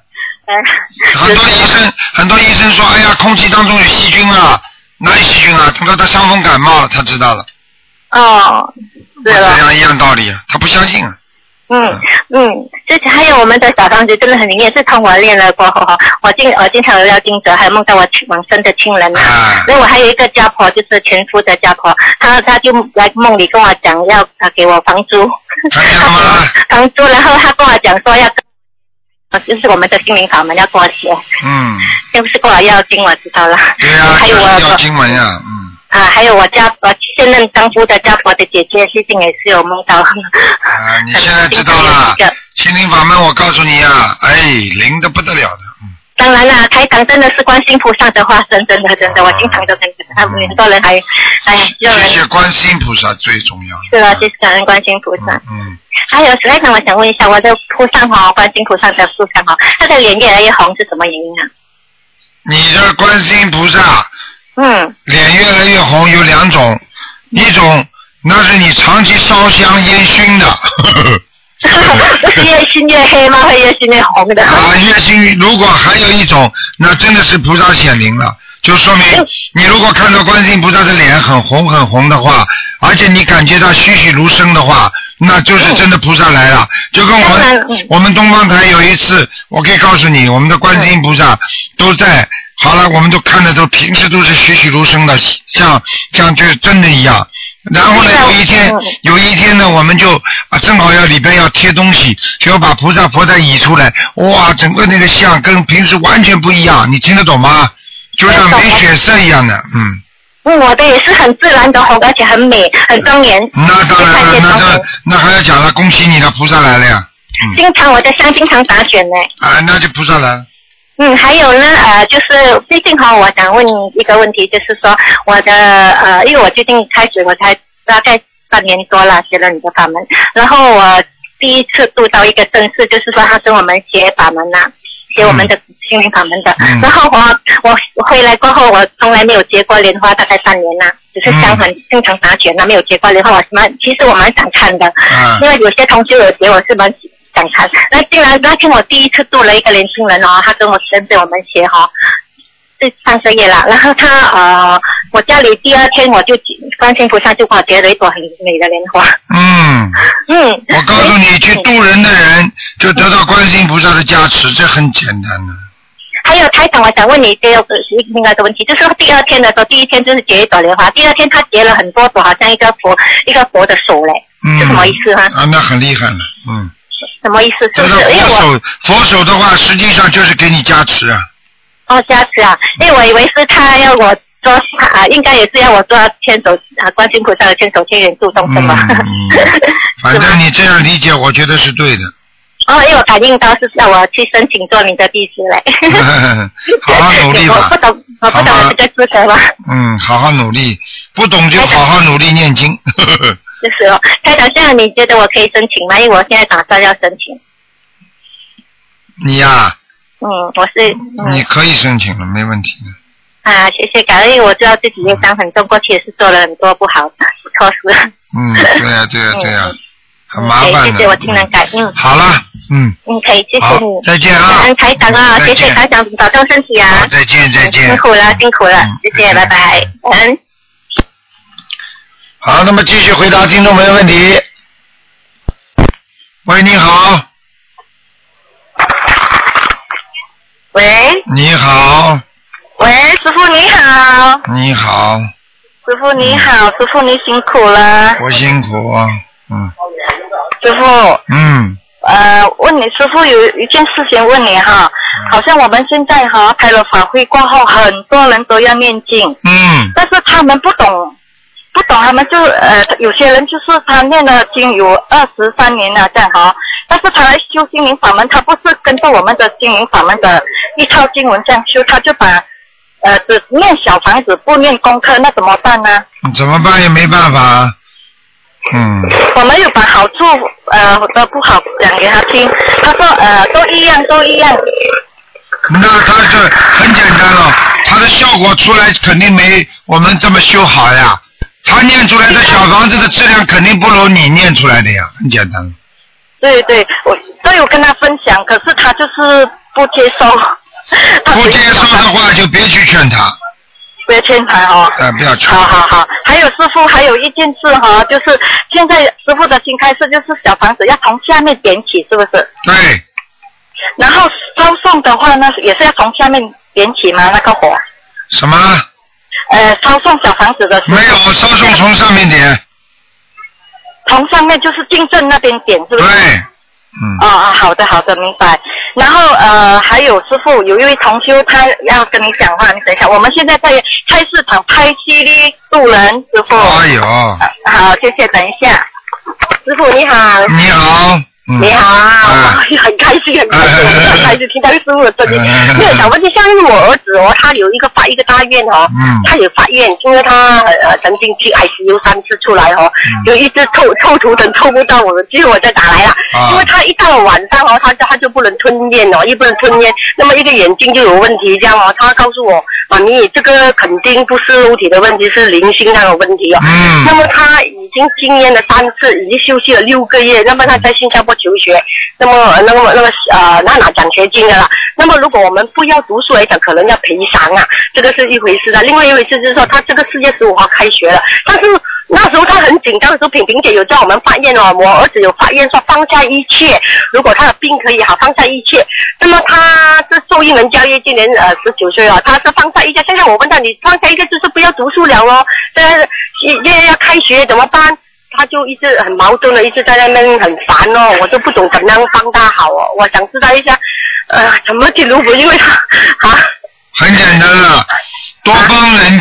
很多医生说空气当中有细菌哪有细菌等到他伤风感冒了他知道了。 对了， 这样一样道理他不相信就是还有我们的小房子真的很灵验，自从我练了过后我经常有要经者，还有梦到我往生的亲人所以我还有一个家婆，就是前夫的家婆，他就来梦里跟我讲要给我房租，房租，然后他跟我讲说要就是我们的心灵法门要跟我写，是不是跟我要经我知道了。 对还有我要经文还有我现任丈夫的家婆的姐姐最近也是有梦到你现在知道了心灵法门，我告诉你灵得不得了的。 当然啦，台长真的是观世音菩萨的化身，真的我经常都跟他们很多人还谢谢观世音菩萨最重要。 是啊，谢谢感恩观世音菩萨。还有台长，我想问一下，我的菩萨观世音菩萨的树上他的脸越来越红是什么原因你的观世音菩萨脸越来越红有2种，一种那是你长期烧香烟熏的越熏越黑吗？会越熏越红的越熏。如果还有一种，那真的是菩萨显灵了，就说明你如果看到观世音菩萨的脸很红的话，而且你感觉到栩栩如生的话，那就是真的菩萨来了。就跟我们东方台有一次，我可以告诉你，我们的观世音菩萨都在。好了，我们都看的平时都是栩栩如生的，像就是真的一样。然后呢，有一天呢，我们就正好里边要贴东西，就要把菩萨佛台移出来，哇，整个那个像跟平时完全不一样，你听得懂吗？就像没血色一样的。 我的也是很自然的红，而且很美，很庄严。 那当然了，那还要讲了，恭喜你了，菩萨来了呀。 经常我的香经常打选呢。 那就菩萨来了。 还有呢，就是最近我想问你一个问题，就是说我的因为我最近开始，我才大概3年多了学了你的法门，然后我第一次度到一个正式，就是说他跟我们学法门学我们的心灵法门的。然后我回来过后，我从来没有结过莲花，大概3年了，只是香很经常打卷没有结过莲花。其实我蛮想看的，因为有些同学有结，我是蛮想看。那竟然那天我第一次度了一个年轻人他跟我跟着我们学是3个月了，然后我家里第2天我就观世音菩萨就给我结了一朵很美的莲花。 我告诉你，去渡人的人就得到观世音菩萨的加持，这很简单的。 还有台长，我想问你另外一个问题，就是说第2天的时候，第1天就是结一朵莲花，第2天他结了很多朵，好像一个佛的手嘞，是什么意思那很厉害了， 什么意思？ 得到佛手的话，实际上就是给你加持啊。 加持啊！因为我以为是他要我做应该也是要我做牵手观世音菩萨的牵手牵引度众生吧。 反正你这样理解，我觉得是对的。 因为我感应到是让我去申请做你的弟子嘞。 好好努力吧。 我不懂这个资格吧。 好好努力，不懂就好好努力念经。 就是台长，这样你觉得我可以申请吗？因为我现在打算要申请。 你呀？ 我是。 你可以申请了，没问题的。 谢谢感恩，我知道自己业障很重，过去也是做了很多不好的错事。 对呀，很麻烦的。 谢谢我听人改。 好了， 可以，谢谢你。 再见啊！ 感恩台长谢谢台长，保重身体啊！ 再见。 辛苦了，谢谢，拜拜。 好，那么继续回答听众朋友问题。喂，你好。 喂。 你好。 喂，师傅你好。 你好。 师傅你好，师傅你辛苦了。 我辛苦啊， 师傅。问你师傅有一件事情问你好像我们现在开了法会过后，很多人都要念经。但是他们不懂，他们就有些人就是他念了经有23年了这样但是他来修心灵法门，他不是跟着我们的心灵法门的一套经文这样修，他就把只念小房子不念功课，那怎么办呢？ 怎么办也没办法。 我们有把好处的不好讲给他听，他说都一样。 那他这很简单了，他的效果出来肯定没我们这么修好呀。他念出来的小房子的质量肯定不如你念出来的呀，很简单。 对，我都有跟他分享，可是他就是不接受。 不接受的话就别去劝他。 不要劝他不要劝。 好。还有师傅，还有一件事就是现在师傅的新开示就是小房子要从下面点起，是不是？ 对。 然后烧送的话呢，也是要从下面点起吗？那个火？ 什么？ 烧送小房子的时候。 没有，烧送从上面点。 从上面就是进正那边点，是不是？ 对。 好的，明白。然后还有师傅，有一位同修他要跟你讲话，你等一下，我们现在在菜市场拍 CD 渡人，师傅。 哎呦。 好，谢谢，等一下。师傅你好。 你好。 你好很开心，很开心听到师傅的声音。因为想问一下，因为我儿子他有一个大院他有发愿，因为他曾经去 ICU 3次出来就一直抽图腾抽不到我们，结果我再打来了。因为他一到了晚上他就不能吞咽一不能吞咽，那么一个眼睛就有问题这样他告诉我，妈咪这个肯定不是肉体的问题，是灵性上的问题那么他已经经验了3次，已经休息了6个月，那么他在新加坡求学，那么他拿奖学金的啦。那么如果我们不要读书来讲，可能要赔偿这个是一回事的。另外一回事就是说，他这个4月15号开学了，但是那时候他很紧张的时候，萍萍姐有叫我们发愿我儿子有发愿说放下一切，如果他的病可以放下一切。那么他是受英文教育，今年19岁他是放下一切。现在我问他，你放下一个就是不要读书了现在要开学怎么办？他就一直很矛盾的，一直在那边很烦我都不懂怎样帮他好我想知道一下怎么去如果因为他很简单了，多帮人家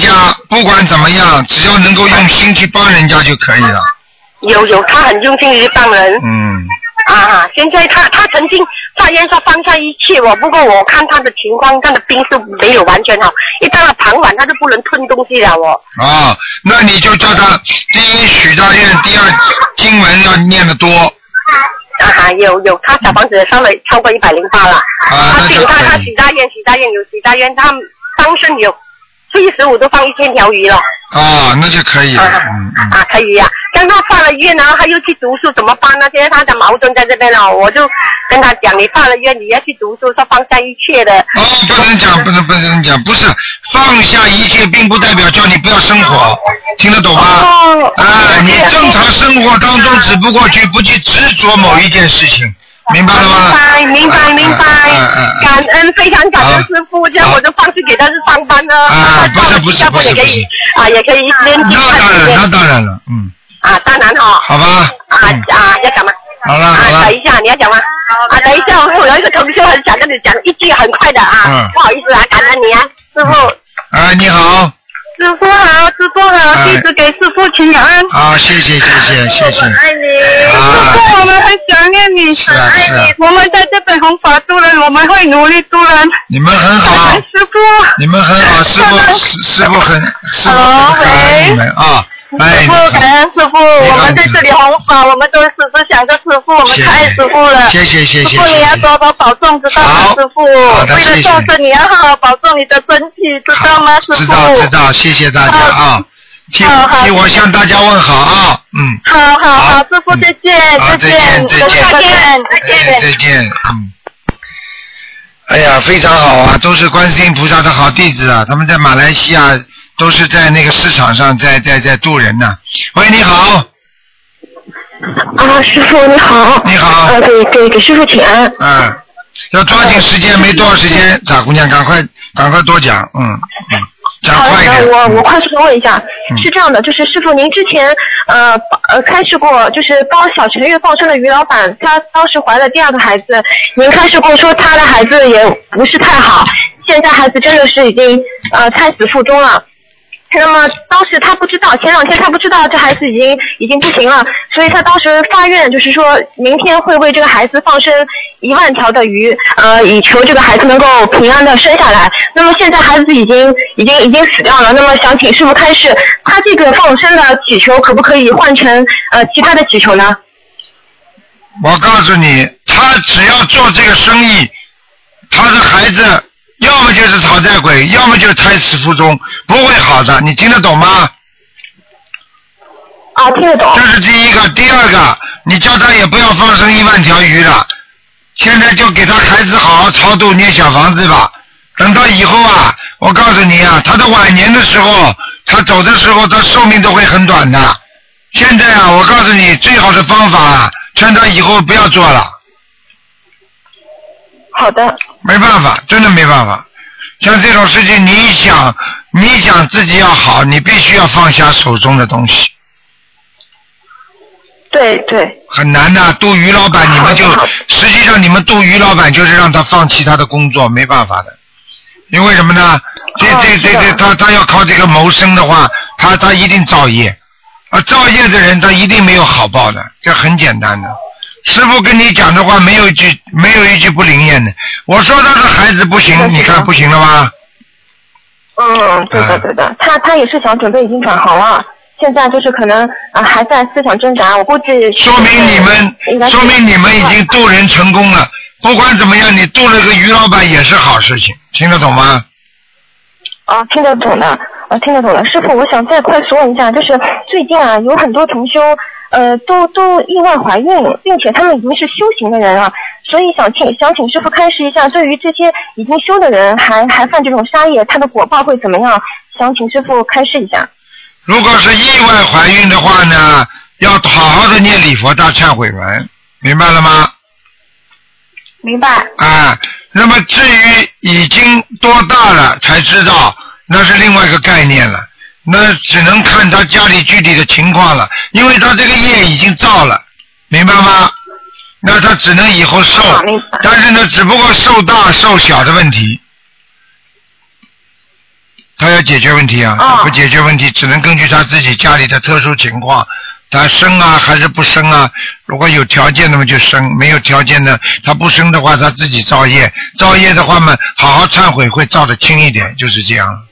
不管怎么样，只要能够用心去帮人家就可以了。 有，他很用心去帮人。现在他曾经发愿说放下一切不过我看他的情况，他的病是没有完全好，一到了傍晚他就不能吞东西了那你就叫他第一许大愿，第二经文要念得多。 有，他小房子稍微超过108了。他许大愿，他放生有75都放1000条鱼了。 那就可以了。 可以呀。当他发了愿，然后他又去读书，怎么办呢？现在他的矛盾在这边了，我就跟他讲，你发了愿，你要去读书，说放下一切的。 不能讲，不是放下一切，并不代表叫你不要生活，听得懂吗？你正常生活当中，只不过不去执着某一件事情。明白了吗？ 明白。感恩，非常感恩师父，这样我就放弃给他去上班了。 不是， 也可以一边那当然了， 当然好吧。 要讲吗？ 好了。 等一下，你要讲吗？等一下，我有一个同学很想跟你讲一句很快的不好意思感恩你师父。 你好。 师父好，弟子给师父请安。 谢谢。 爱你。 师父，我们很想念你。 是。 我们在这边弘法度人，我们会努力度人。 你们很好。 师父。 你们很好，师父很感恩你们师父，感恩师父，我们在这里弘法，我们都时时想着师父，我们太爱师父了。 谢谢。 师父你要多多保重，知道吗？师父，为了众生你要好好保重你的身体，知道吗？师父。 知道，谢谢大家替我向大家问好好，师父再见。 再见。哎呀，非常好都是观世音菩萨的好弟子他们在马来西亚都是在那个市场上在度人呢。喂，你好。 师父你好。 你好。 给师父请安。 要抓紧时间，没多少时间，傻姑娘，赶快多讲，讲快一点。 我快速的问一下，是这样的，就是师父您之前开示过，就是帮小陈月放生的于老板，他当时怀了第2个孩子，您开示过说他的孩子也不是太好，现在孩子真的是已经胎死腹中了。那么当时他不知道，前2天他不知道这孩子已经不行了，所以他当时发愿，就是说明天会为这个孩子放生10000条的鱼，以求这个孩子能够平安的生下来。那么现在孩子已经死掉了，那么想请师父开示，他这个放生的祈求可不可以换成其他的祈求呢？ 我告诉你，他只要做这个生意，他的孩子要么就是讨债鬼，要么就是胎死腹中，不会好的，你听得懂吗？ 听得懂。 这是第一个。第二个，你叫他也不要放生10000条鱼了，现在就给他孩子好好超度念小房子吧。等到以后我告诉你他的晚年的时候，他走的时候，他寿命都会很短的。现在我告诉你，最好的方法劝他以后不要做了。 好的。 没办法，真的没办法。像这种事情，你想自己要好，你必须要放下手中的东西。 对。 很难的，渡于老板，实际上你们渡于老板就是让他放弃他的工作，没办法的。因为什么呢？他要靠这个谋生的话，他一定造业。造业的人他一定没有好报的，这很简单的。师父跟你讲的话没有一句不灵验的。我说他的孩子不行，你看不行了吗？ 对的，他也是想准备已经转行了，现在就是可能还在思想挣扎，我估计说明你们已经渡人成功了。不管怎么样，你渡了个于老板也是好事情，听得懂吗？ 听得懂的。师父，我想再快速问一下，就是最近有很多同修都意外怀孕，并且他们已经是修行的人了，所以想请师父开示一下，对于这些已经修的人还犯这种杀业，他的果报会怎么样？想请师父开示一下。 如果是意外怀孕的话呢，要好好的念礼佛大忏悔文，明白了吗？ 明白。 那么至于已经多大了才知道，那是另外一个概念了，那只能看他家里具体的情况了，因为他这个业已经造了，明白吗？那他只能以后受，但是呢，只不过受大受小的问题。 他要解决问题啊，他不解决问题，只能根据他自己家里的特殊情况，他生啊还是不生啊？如果有条件的嘛就生，没有条件的他不生的话，他自己造业，造业的话嘛，好好忏悔会造得轻一点，就是这样。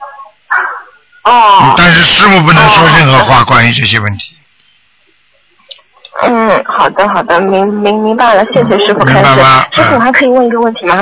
但是师父不能说任何话关于这些问题。 好的，明白了，谢谢师父开始。师父，我还可以问一个问题吗？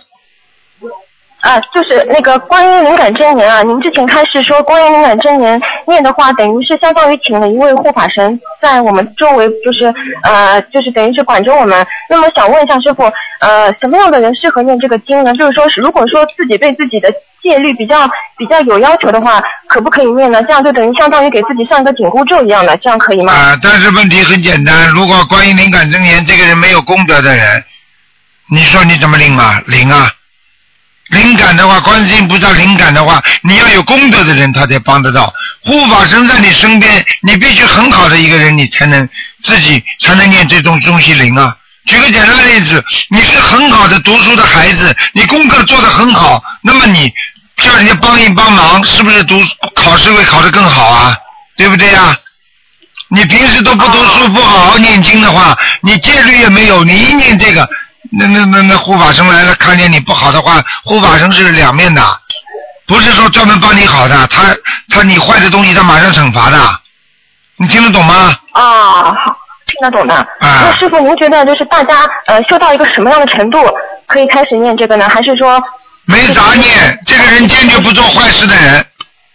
就是那个观音灵感真言啊，您之前开示说观音灵感真言念的话，等于是相当于请了一位护法神在我们周围，就是等于是管着我们。那么想问一下师父，什么样的人适合念这个经呢？就是说，如果说自己对自己的戒律比较有要求的话，可不可以念呢？这样就等于相当于给自己上一个紧箍咒一样的，这样可以吗？ 但是问题很简单，如果观音灵感真言这个人没有功德的人，你说你怎么灵啊？灵感的话，观世音菩萨灵感的话，你要有功德的人他才帮得到。护法神在你身边，你必须很好的一个人，你才能念这种东西灵啊。举个简单的例子，你是很好的读书的孩子，你功课做得很好，那么你叫人家帮一帮忙，是不是考试会考得更好啊？对不对啊？你平时都不读书，不好好念经的话，你戒律也没有，你一念这个，那护法神来了，看见你不好的话，护法神是两面的，不是说专门帮你好的，他你坏的东西他马上惩罚的，你听得懂吗？ 好，听得懂的。那师父，您觉得就是大家修到一个什么样的程度可以开始念这个呢？还是说没杂念，这个人坚决不做坏事的人，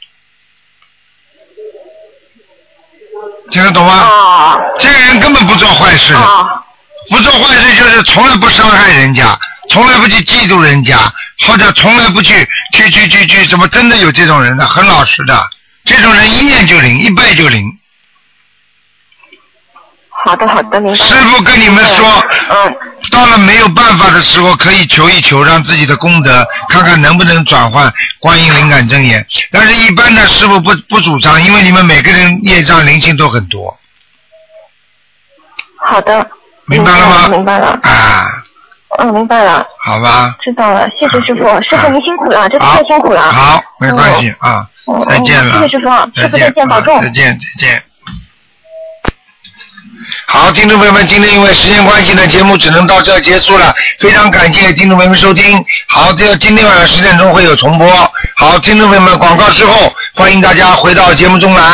听得懂吗？这个人根本不做坏事。不做坏事就是从来不伤害人家，从来不去嫉妒人家，或者从来不去怎么真的有这种人的，很老实的，这种人一念就灵，一拜就灵。 好的，明白。 师父跟你们说，到了没有办法的时候，可以求一求，让自己的功德看看能不能转换观音灵感真言。但是一般的师父不主张，因为你们每个人业障灵性都很多。 好的。 明白了吗？ 明白了。明白了。 好吧。 知道了，谢谢师父。师父您辛苦了，这次太辛苦了。 好，没关系啊。再见了。 谢谢师父，师父再见，保重。 再见。好，听众朋友们，今天因为时间关系呢，节目只能到这结束了。非常感谢听众朋友们收听。好，这今天晚上10点钟会有重播。好，听众朋友们，广告之后，欢迎大家回到节目中来。